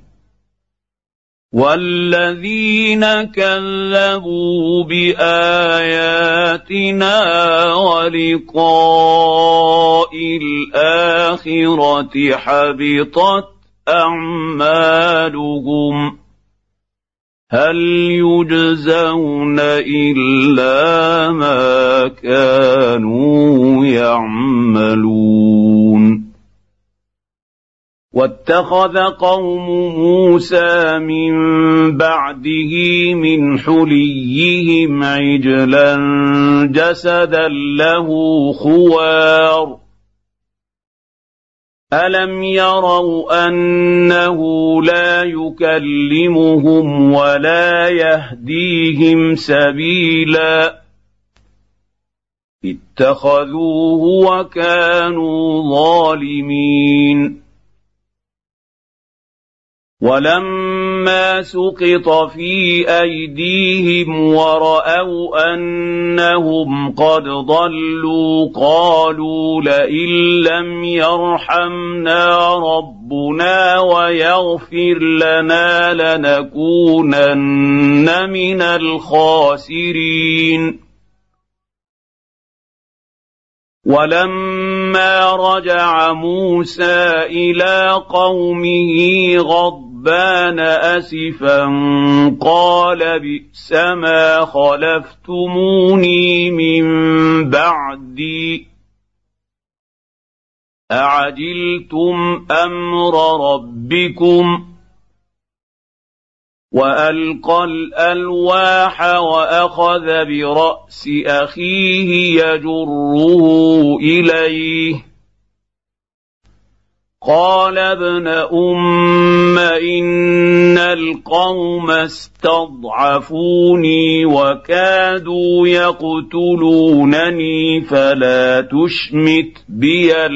[SPEAKER 1] والذين كذبوا بآياتنا ولقاء الآخرة حبطت أعمالهم هل يجزون إلا ما كانوا يعملون. واتخذ قوم موسى من بعده من حليهم عجلا جسدا له خوار ألم يروا أنه لا يكلمهم ولا يهديهم سبيلا اتخذوه وكانوا ظالمين ولما سقط في أيديهم ورأوا أنهم قد ضلوا قالوا لئن لم يرحمنا ربنا ويغفر لنا لنكونن من الخاسرين ولما رجع موسى إلى قومه غضبان أسفا قال بئس ما خلفتموني من بعدي أعجلتم أمر ربكم وألقى الألواح وأخذ برأس أخيه يجره إليه قال ابن أم إن القوم استضعفوني وكادوا يقتلونني فلا تشمت بي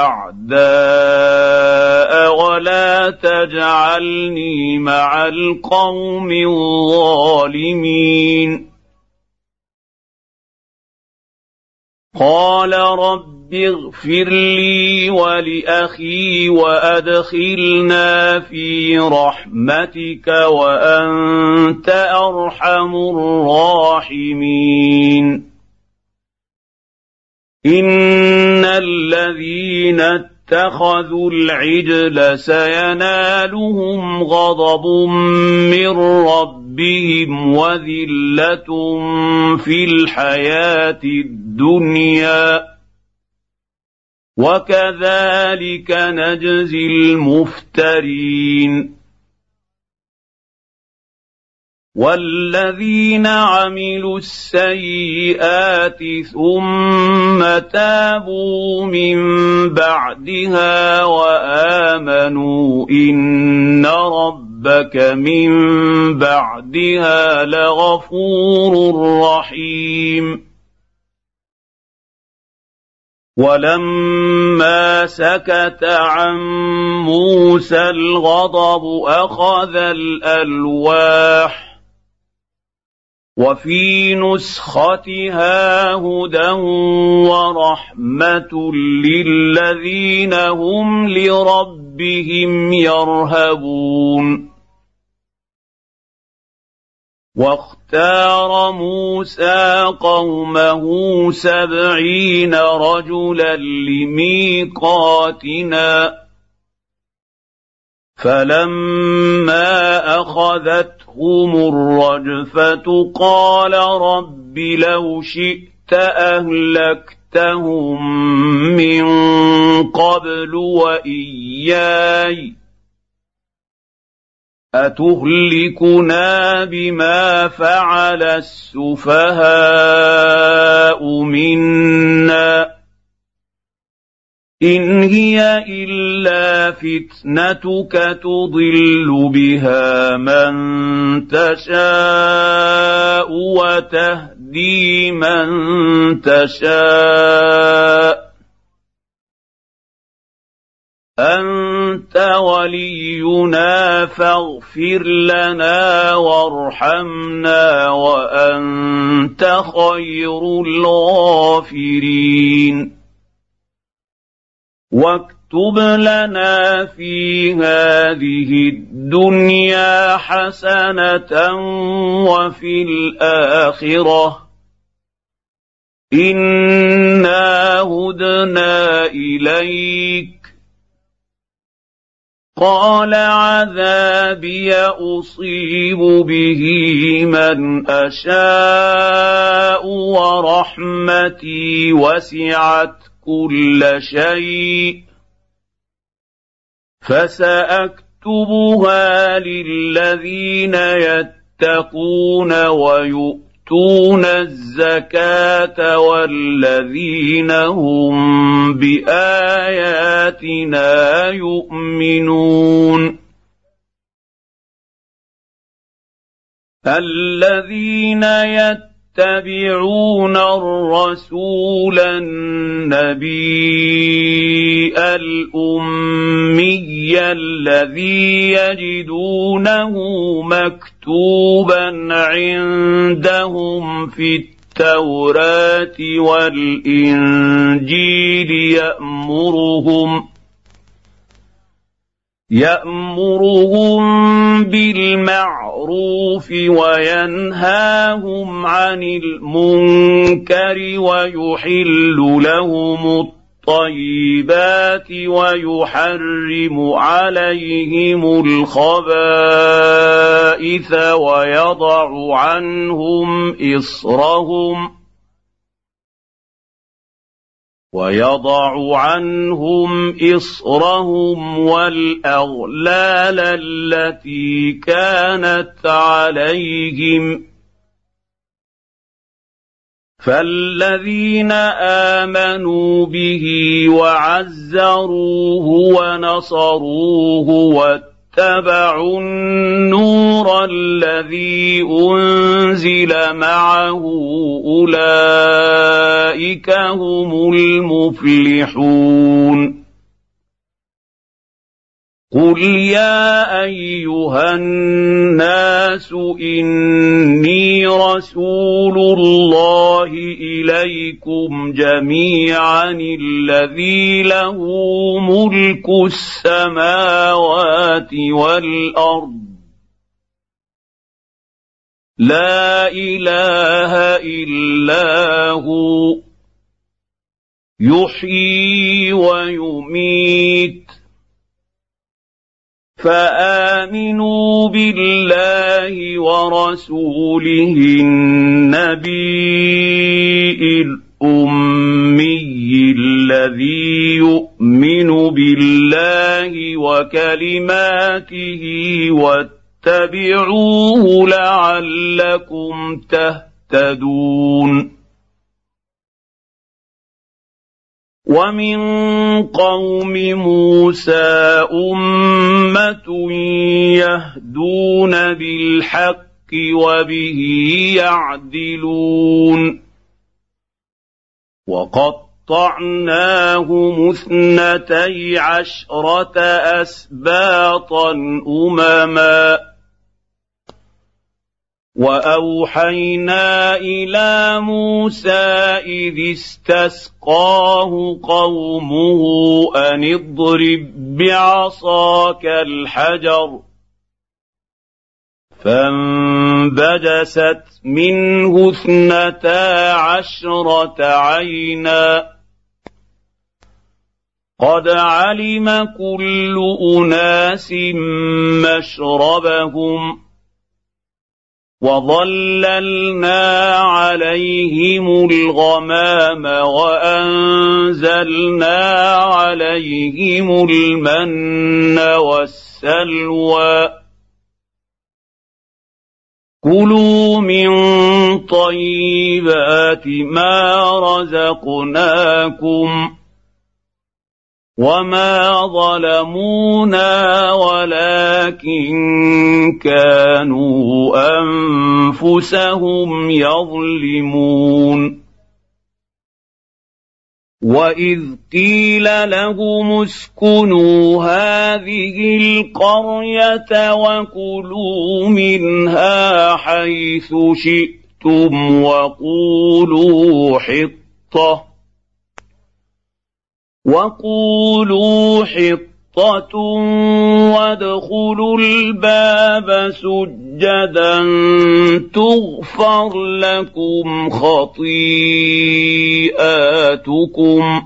[SPEAKER 1] الأعداء ولا تجعلني مع القوم الظالمين قال رب اغفر لي ولأخي وأدخلنا في رحمتك وأنت أرحم الراحمين إن الذين اتخذوا العجل سينالهم غضب من ربهم وذلة في الحياة الدنيا وكذلك نجزي المفترين والذين عملوا السيئات ثم تابوا من بعدها وآمنوا إن ربك من بعدها لغفور رحيم ولما سكت عن موسى الغضب أخذ الألواح وفي نسختها هدى ورحمة للذين هم لربهم يرهبون واختار موسى قومه 70 رجلا لميقاتنا فلما أخذتهم الرجفة قال رب لو شئت أهلكتهم من قبل وإياي أتهلكنا بما فعل السفهاء منا إن هي إلا فتنتك تضل بها من تشاء وتهدي من تشاء أنت ولينا فاغفر لنا وارحمنا وأنت خير الغافرين واكتب لنا في هذه الدنيا حسنة وفي الآخرة إنا هدنا إليك قال عذابي أصيب به من أشاء ورحمتي وسعت كل شيء فساكتبها للذين يتقون ويؤتون الزكاه والذين هم باياتنا يؤمنون. الذين يتبعون الرسول النبي الأمي الذي يجدونه مكتوبا عندهم في التوراة والإنجيل يأمرهم بالمعروف وينهاهم عن المنكر ويحل لهم الطيبات ويحرم عليهم الخبائث ويضع عنهم إصرهم والأغلال التي كانت عليهم. فالذين آمنوا به وعزروه ونصروه واتبعوا النور الذي أنزل معه أولئك هم المفلحون. قل يا أيها الناس إني رسول الله إليكم جميعا الذي له ملك السماوات والأرض لا إله إلا هو يحيي ويميت فآمنوا بالله ورسوله النبي الأمي الذي يؤمن بالله وكلماته واتبعوه لعلكم تهتدون. ومن قوم موسى أمة يهدون بالحق وبه يعدلون. وقطعناهم 12 أسباطا أمما وأوحينا إلى موسى إذ استسقاه قومه أن اضرب بعصاك الحجر فانبجست منه 12 عينا قد علم كل أناس مشربهم وظللنا عليهم الغمام وأنزلنا عليهم المن والسلوى كلوا من طيبات ما رزقناكم وما ظلمونا ولكن كانوا أنفسهم يظلمون. وإذ قيل لهم اسكنوا هذه القرية وكلوا منها حيث شئتم وقولوا حطة وادخلوا الباب سجدا تغفر لكم خطيئاتكم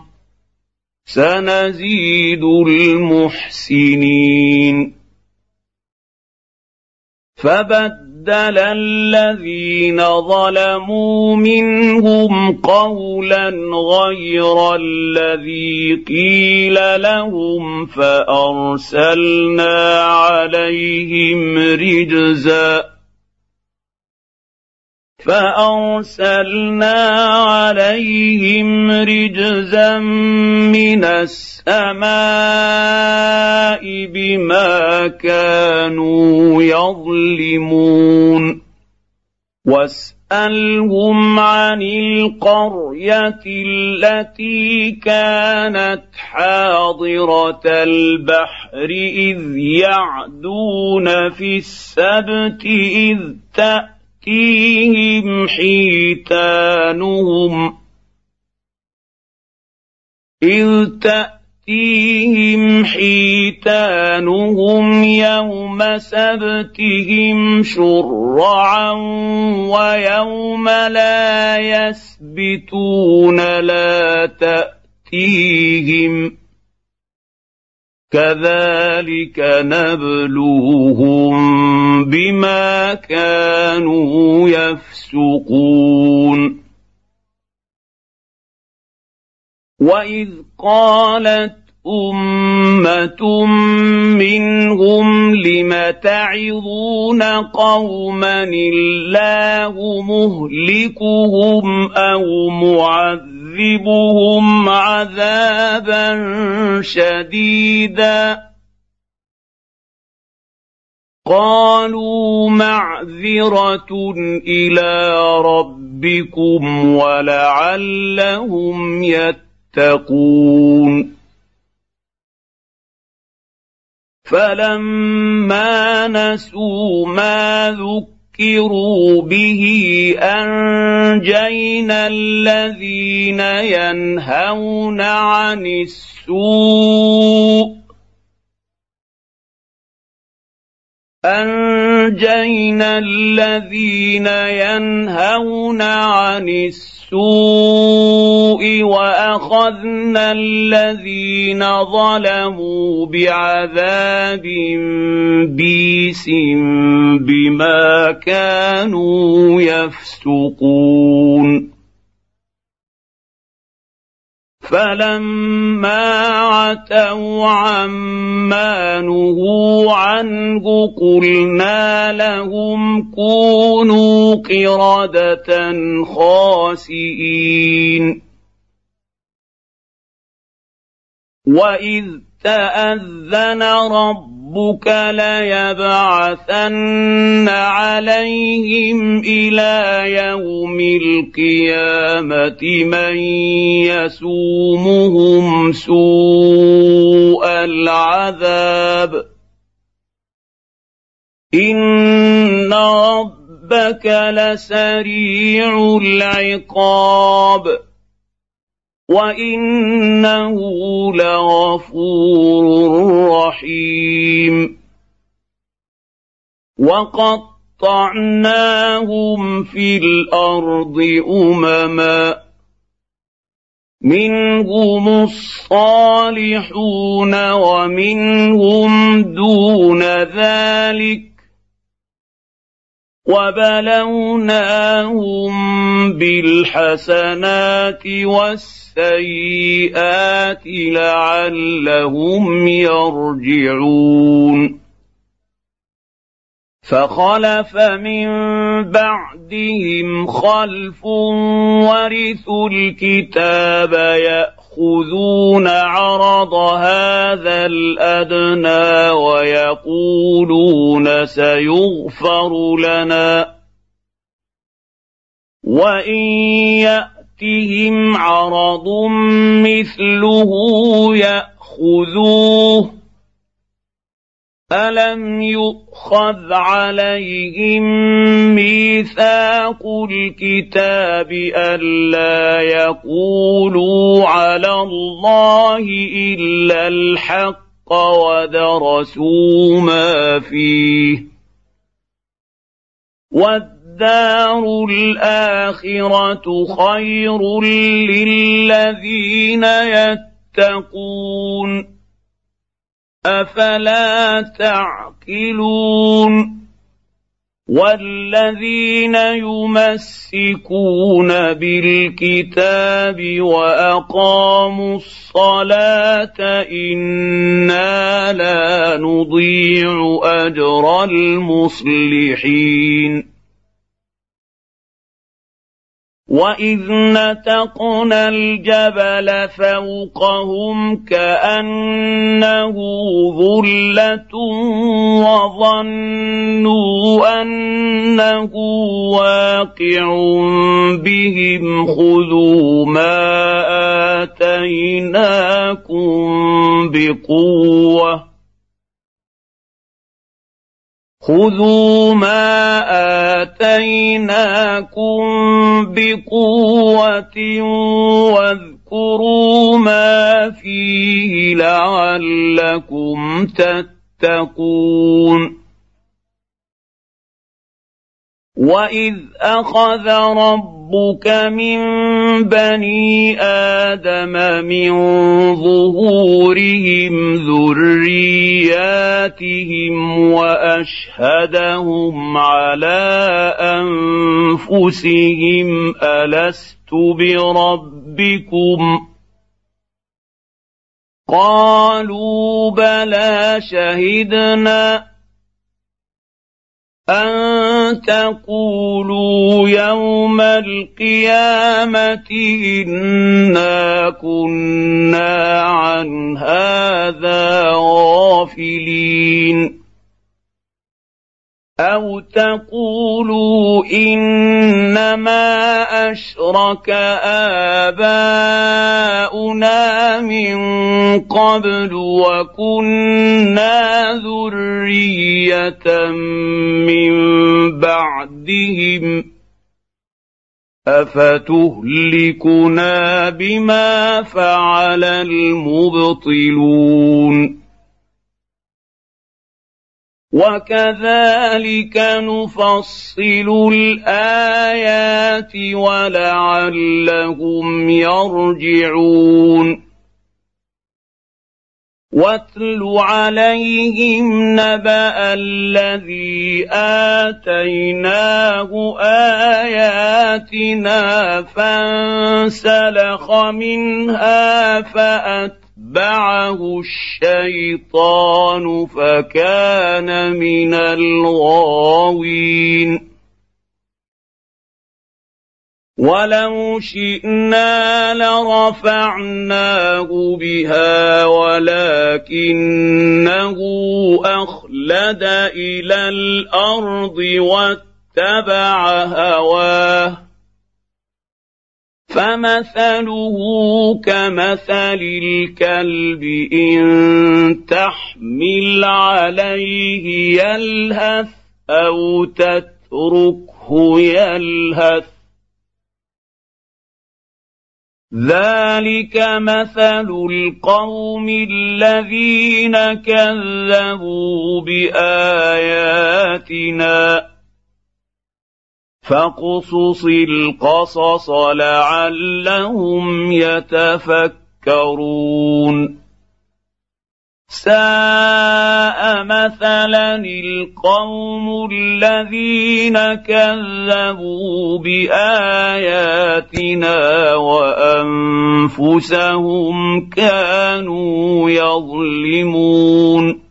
[SPEAKER 1] سنزيد المحسنين. فبدل فبدل الذين ظلموا منهم قولا غير الذي قيل لهم فأرسلنا عليهم رجزا من السماء بما كانوا يظلمون واسألهم عن القرية التي كانت حاضرة البحر إذ يعدون في السبت إذ تأتيهم حيتانهم يوم سبتهم شرعا ويوم لا يسبتون لا تأتيهم كذلك نبلوهم بما كانوا يفسقون وإذ قالت أمة منهم لم تعظون قوما الله مهلكهم أو معذبهم عذابا شديدا قالوا معذرة إلى ربكم ولعلهم يتقون فلما نسوا ما ذكروا به أنجينا الذين ينهون عن السوء وأخذنا الذين ظلموا بعذاب بئيس بما كانوا يفسقون فلما عتوا عما نهوا عنه قلنا لهم كونوا قردة خاسئين وإذ تأذن ربك ليبعثن عليهم إلى يوم القيامة من يسومهم سوء العذاب إن ربك لسريع العقاب وإنه لغفور رحيم وقطعناهم في الأرض أمما منهم الصالحون ومنهم دون ذلك وبلوناهم بالحسنات والسيئات لعلهم يرجعون فخلف من بعدهم خلف ورثوا الكتاب يأخذون عرض هذا الأدنى ويقولون سيغفر لنا وإن يأتهم عرض مثله يأخذوه ألم يؤخذ عليهم ميثاق الكتاب ألا يقولوا على الله إلا الحق ودرسوا ما فيه والدار الآخرة خير للذين يتقون أفلا تعقلون والذين يمسكون بالكتاب واقاموا الصلاه انا لا نضيع اجر المصلحين واذ نتقنا الجبل فوقهم كانه ظله وظنوا انه واقع بهم خذوا ما آتيناكم بقوة واذكروا ما فيه لعلكم تتقون وإذ أخذ ربك من بني آدم من ظهورهم ذرياتهم وأشهدهم على أنفسهم ألست بربكم قالوا بلى شهدنا أن تقولوا يوم القيامة إنا كنا عن هذا غافلين أو تقولوا إنما أشرك آباؤنا من قبل وكنا ذرية من بعدهم أفتهلكنا بما فعل المبطلون وكذلك نفصل الآيات ولعلهم يرجعون واتل عليهم نبأ الذي آتيناه آياتنا فانسلخ منها فأتبعه الشيطان فكان من الغاوين ولو شئنا لرفعناه بها ولكنه أخلد إلى الأرض واتبع هواه فمثله كمثل الكلب إن تحمل عليه يلهث أو تتركه يلهث ذلك مثل القوم الذين كذبوا بآياتنا فاقصص القصص لعلهم يتفكرون ساء مثلا القوم الذين كذبوا بآياتنا وأنفسهم كانوا يظلمون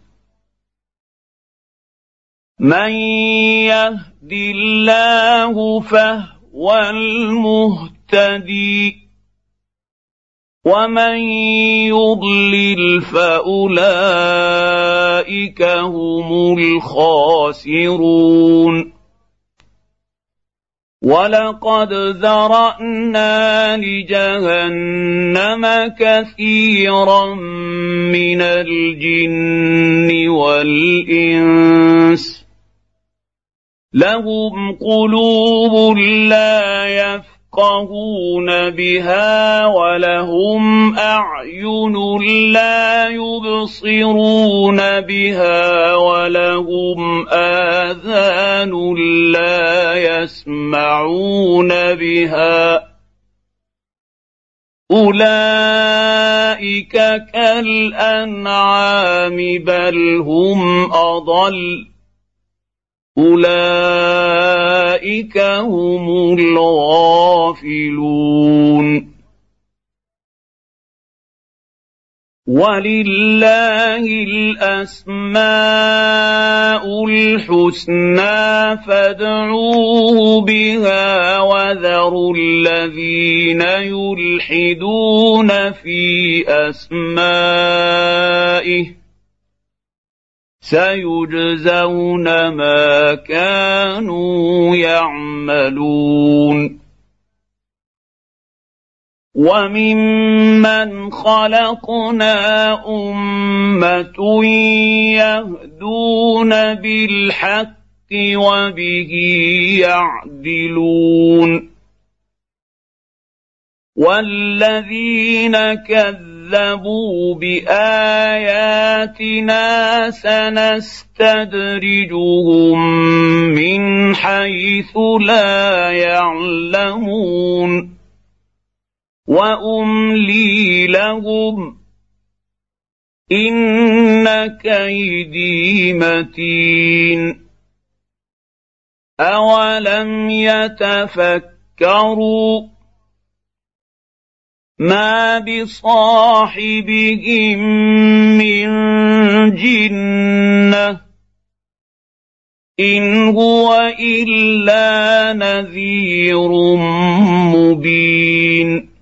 [SPEAKER 1] من يهد الله فهو المهتدي ومن يضلل فأولئك هم الخاسرون ولقد ذرأنا لجهنم كثيرا من الجن والإنس لهم قلوب لا يفقهون بها ولهم أعين لا يبصرون بها ولهم آذان لا يسمعون بها أولئك كالأنعام بل هم أضل أولئك هم الغافلون. ولله الأسماء الحسنى فادعوه بها وذروا الذين يلحدون في أسمائه سيجزون ما كانوا يعملون. وممن خلقنا أمة يهدون بالحق وبه يعدلون. والذين كذبوا بآياتنا سنستدرجهم من حيث لا يعلمون وأملي لهم إن كيدي متين. أولم يتفكروا ما بصاحبهم من جنة إن هو إلا نذير مبين.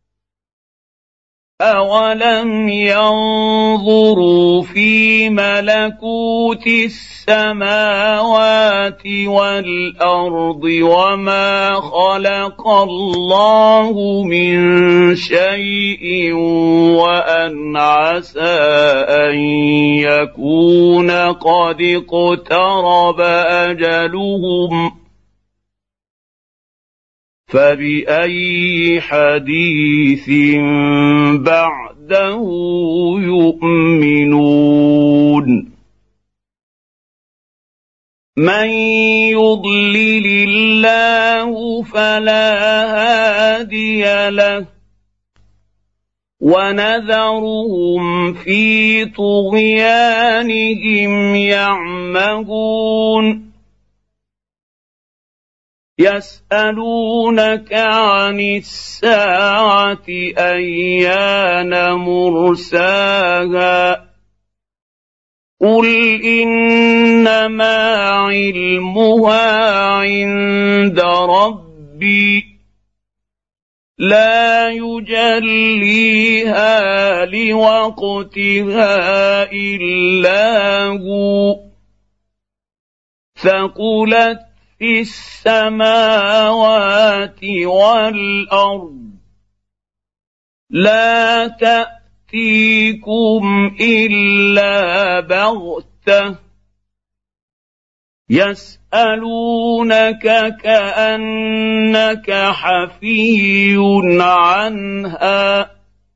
[SPEAKER 1] أولم ينظروا في ملكوت السماوات والأرض وما خلق الله من شيء وأن عسى أن يكون قد اقترب أجلهم فبأي حديث بعده يؤمنون. من يضلل الله فلا هادي له ونذرهم في طغيانهم يعمهون. يسألونك عن الساعة أيان مرساها قل إنما علمها عند ربي لا يجليها لوقتها إلا هو ثقلت في السماوات والأرض لا تأتيكم إلا بغتة يسألونك كأنك حفي عنها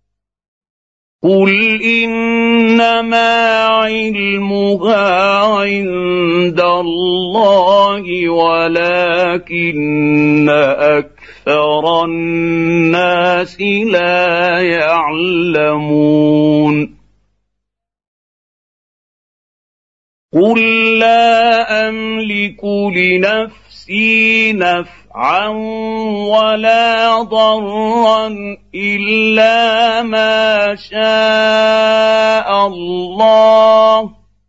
[SPEAKER 1] قل إنما علمها عند الله ولكن أكثر الناس لا يعلمون. قل لا أملك لنفسي نفعا ولا ضرا إلا ما شاء الله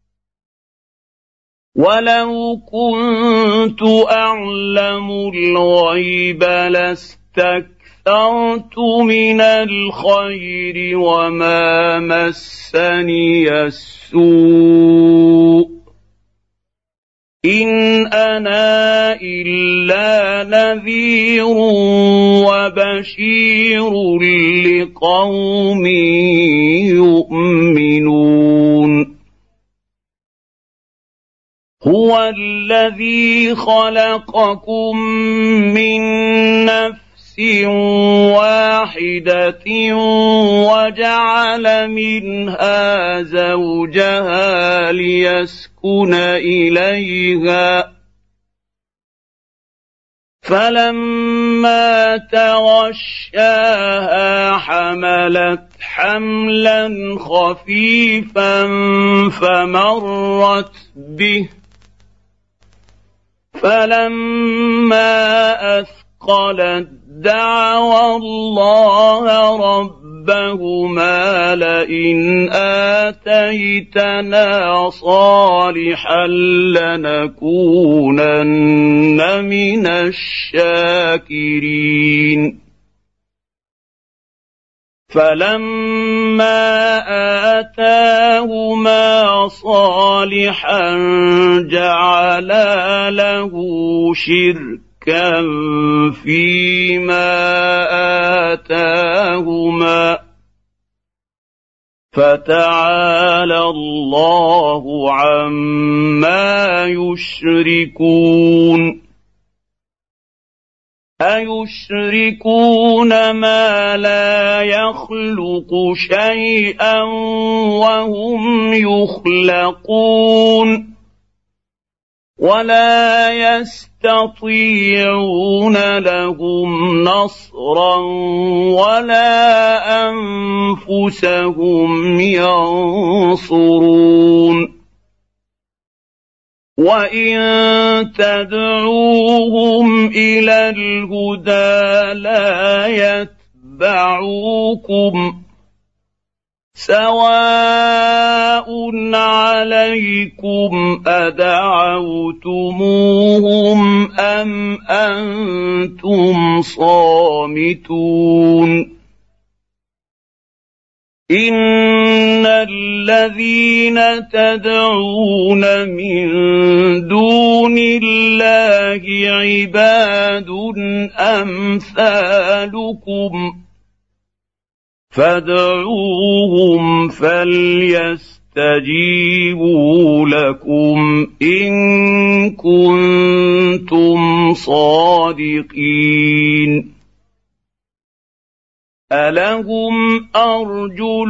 [SPEAKER 1] ولو كنت أعلم الغيب لاستكثرت من الخير وما مسني السوء إن أنا إلا نذير وبشير لقوم يؤمنون. هو الذي خلقكم من نفس واحدة وجعل منها زوجها ليسكن إليها فلما تغشاها حملت حملا خفيفا فمرت به فلما أثقلت دعوا الله ربهما لئن آتيتنا صالحا لنكونن من الشاكرين فلما آتاهما صالحا جعلا له شركا فيما آتاهما فتعالى الله عما يشركون أيشركون ما لا يخلق شيئا وهم يخلقون ولا يستطيعون لهم نصرا ولا أنفسهم ينصرون وإن تدعوهم إلى الهدى لا يتبعوكم سواء عليكم أدعوتموهم أم أنتم صامتون إن الذين تدعون من دون الله عباد أمثالكم فادعوهم فليستجيبوا لكم إن كنتم صادقين ألهم أرجل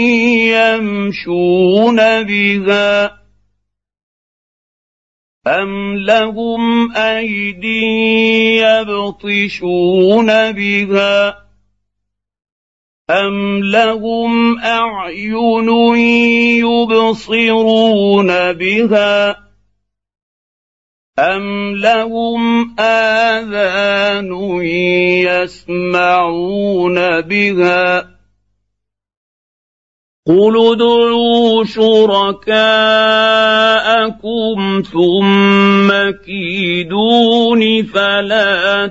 [SPEAKER 1] يمشون بها أم لهم أيدي يبطشون بها أم لهم أعين يبصرون بها أم لهم آذان يسمعون بها قل ادعوا شركاءكم ثم كيدون فلا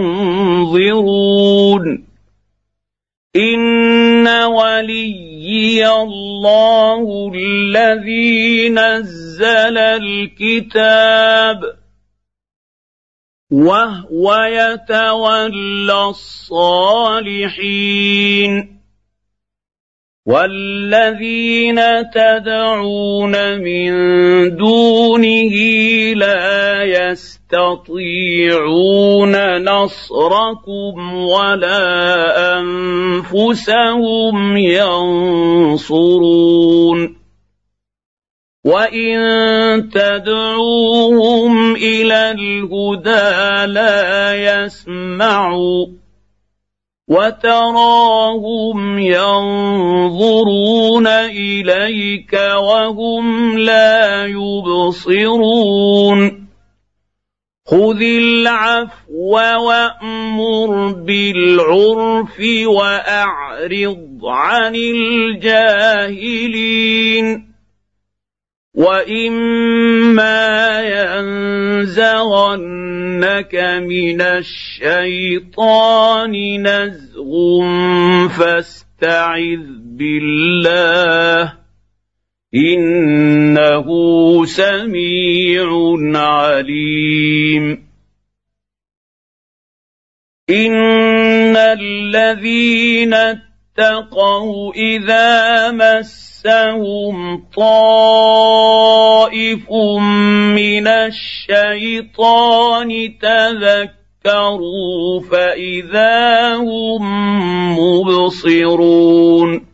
[SPEAKER 1] تنظرون إن وليي الله الذي نزل الكتاب وهو يتولى الصالحين والذين تدعون من دونه لا يستطيعون نصركم ولا أنفسهم ينصرون وإن تدعوهم إلى الهدى لا يسمعوا وتراهم ينظرون إليك وهم لا يبصرون خذ العفو وأمر بالعرف وأعرض عن الجاهلين وإما ينزغنك من الشيطان نزغ فاستعذ بالله إنه سميع عليم إن الذين اتقوا إذا مسهم طائف من الشيطان تذكروا فإذا هم مبصرون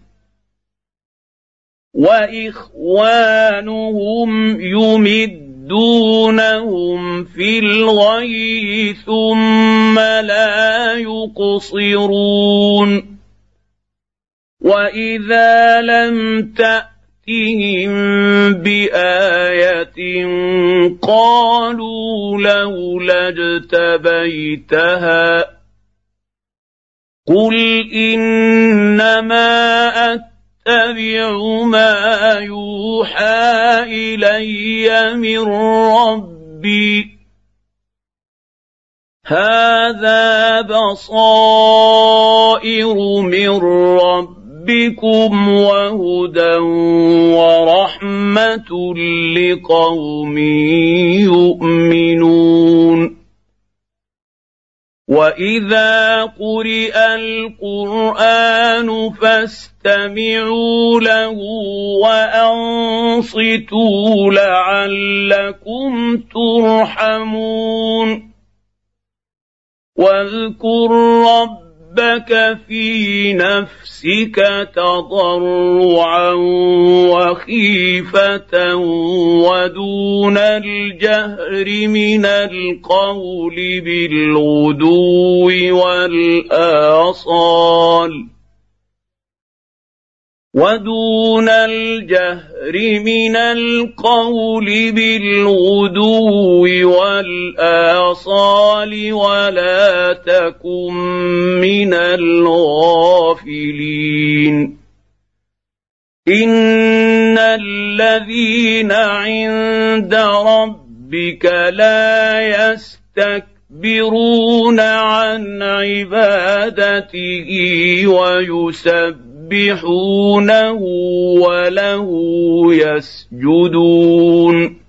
[SPEAKER 1] وإخوانهم يمدونهم في الغي ثم لا يقصرون وإذا لم تأتهم بآية قالوا لولا اجتبيتها قل انما اتبع ما يوحى الي من ربي هذا بصائر من ربكم وهدى ورحمه لقوم يؤمنون واذا قرئ القران فاستمعوا له وانصتوا لعلكم ترحمون واذكر ربك في نفسك تضرعا وخيفه ودون الجهر من القول بالغدو والآصال ولا تكن من الغافلين إن الذين عند ربك لا يستكبرون عن عبادته ويسبحونه وله يسجدون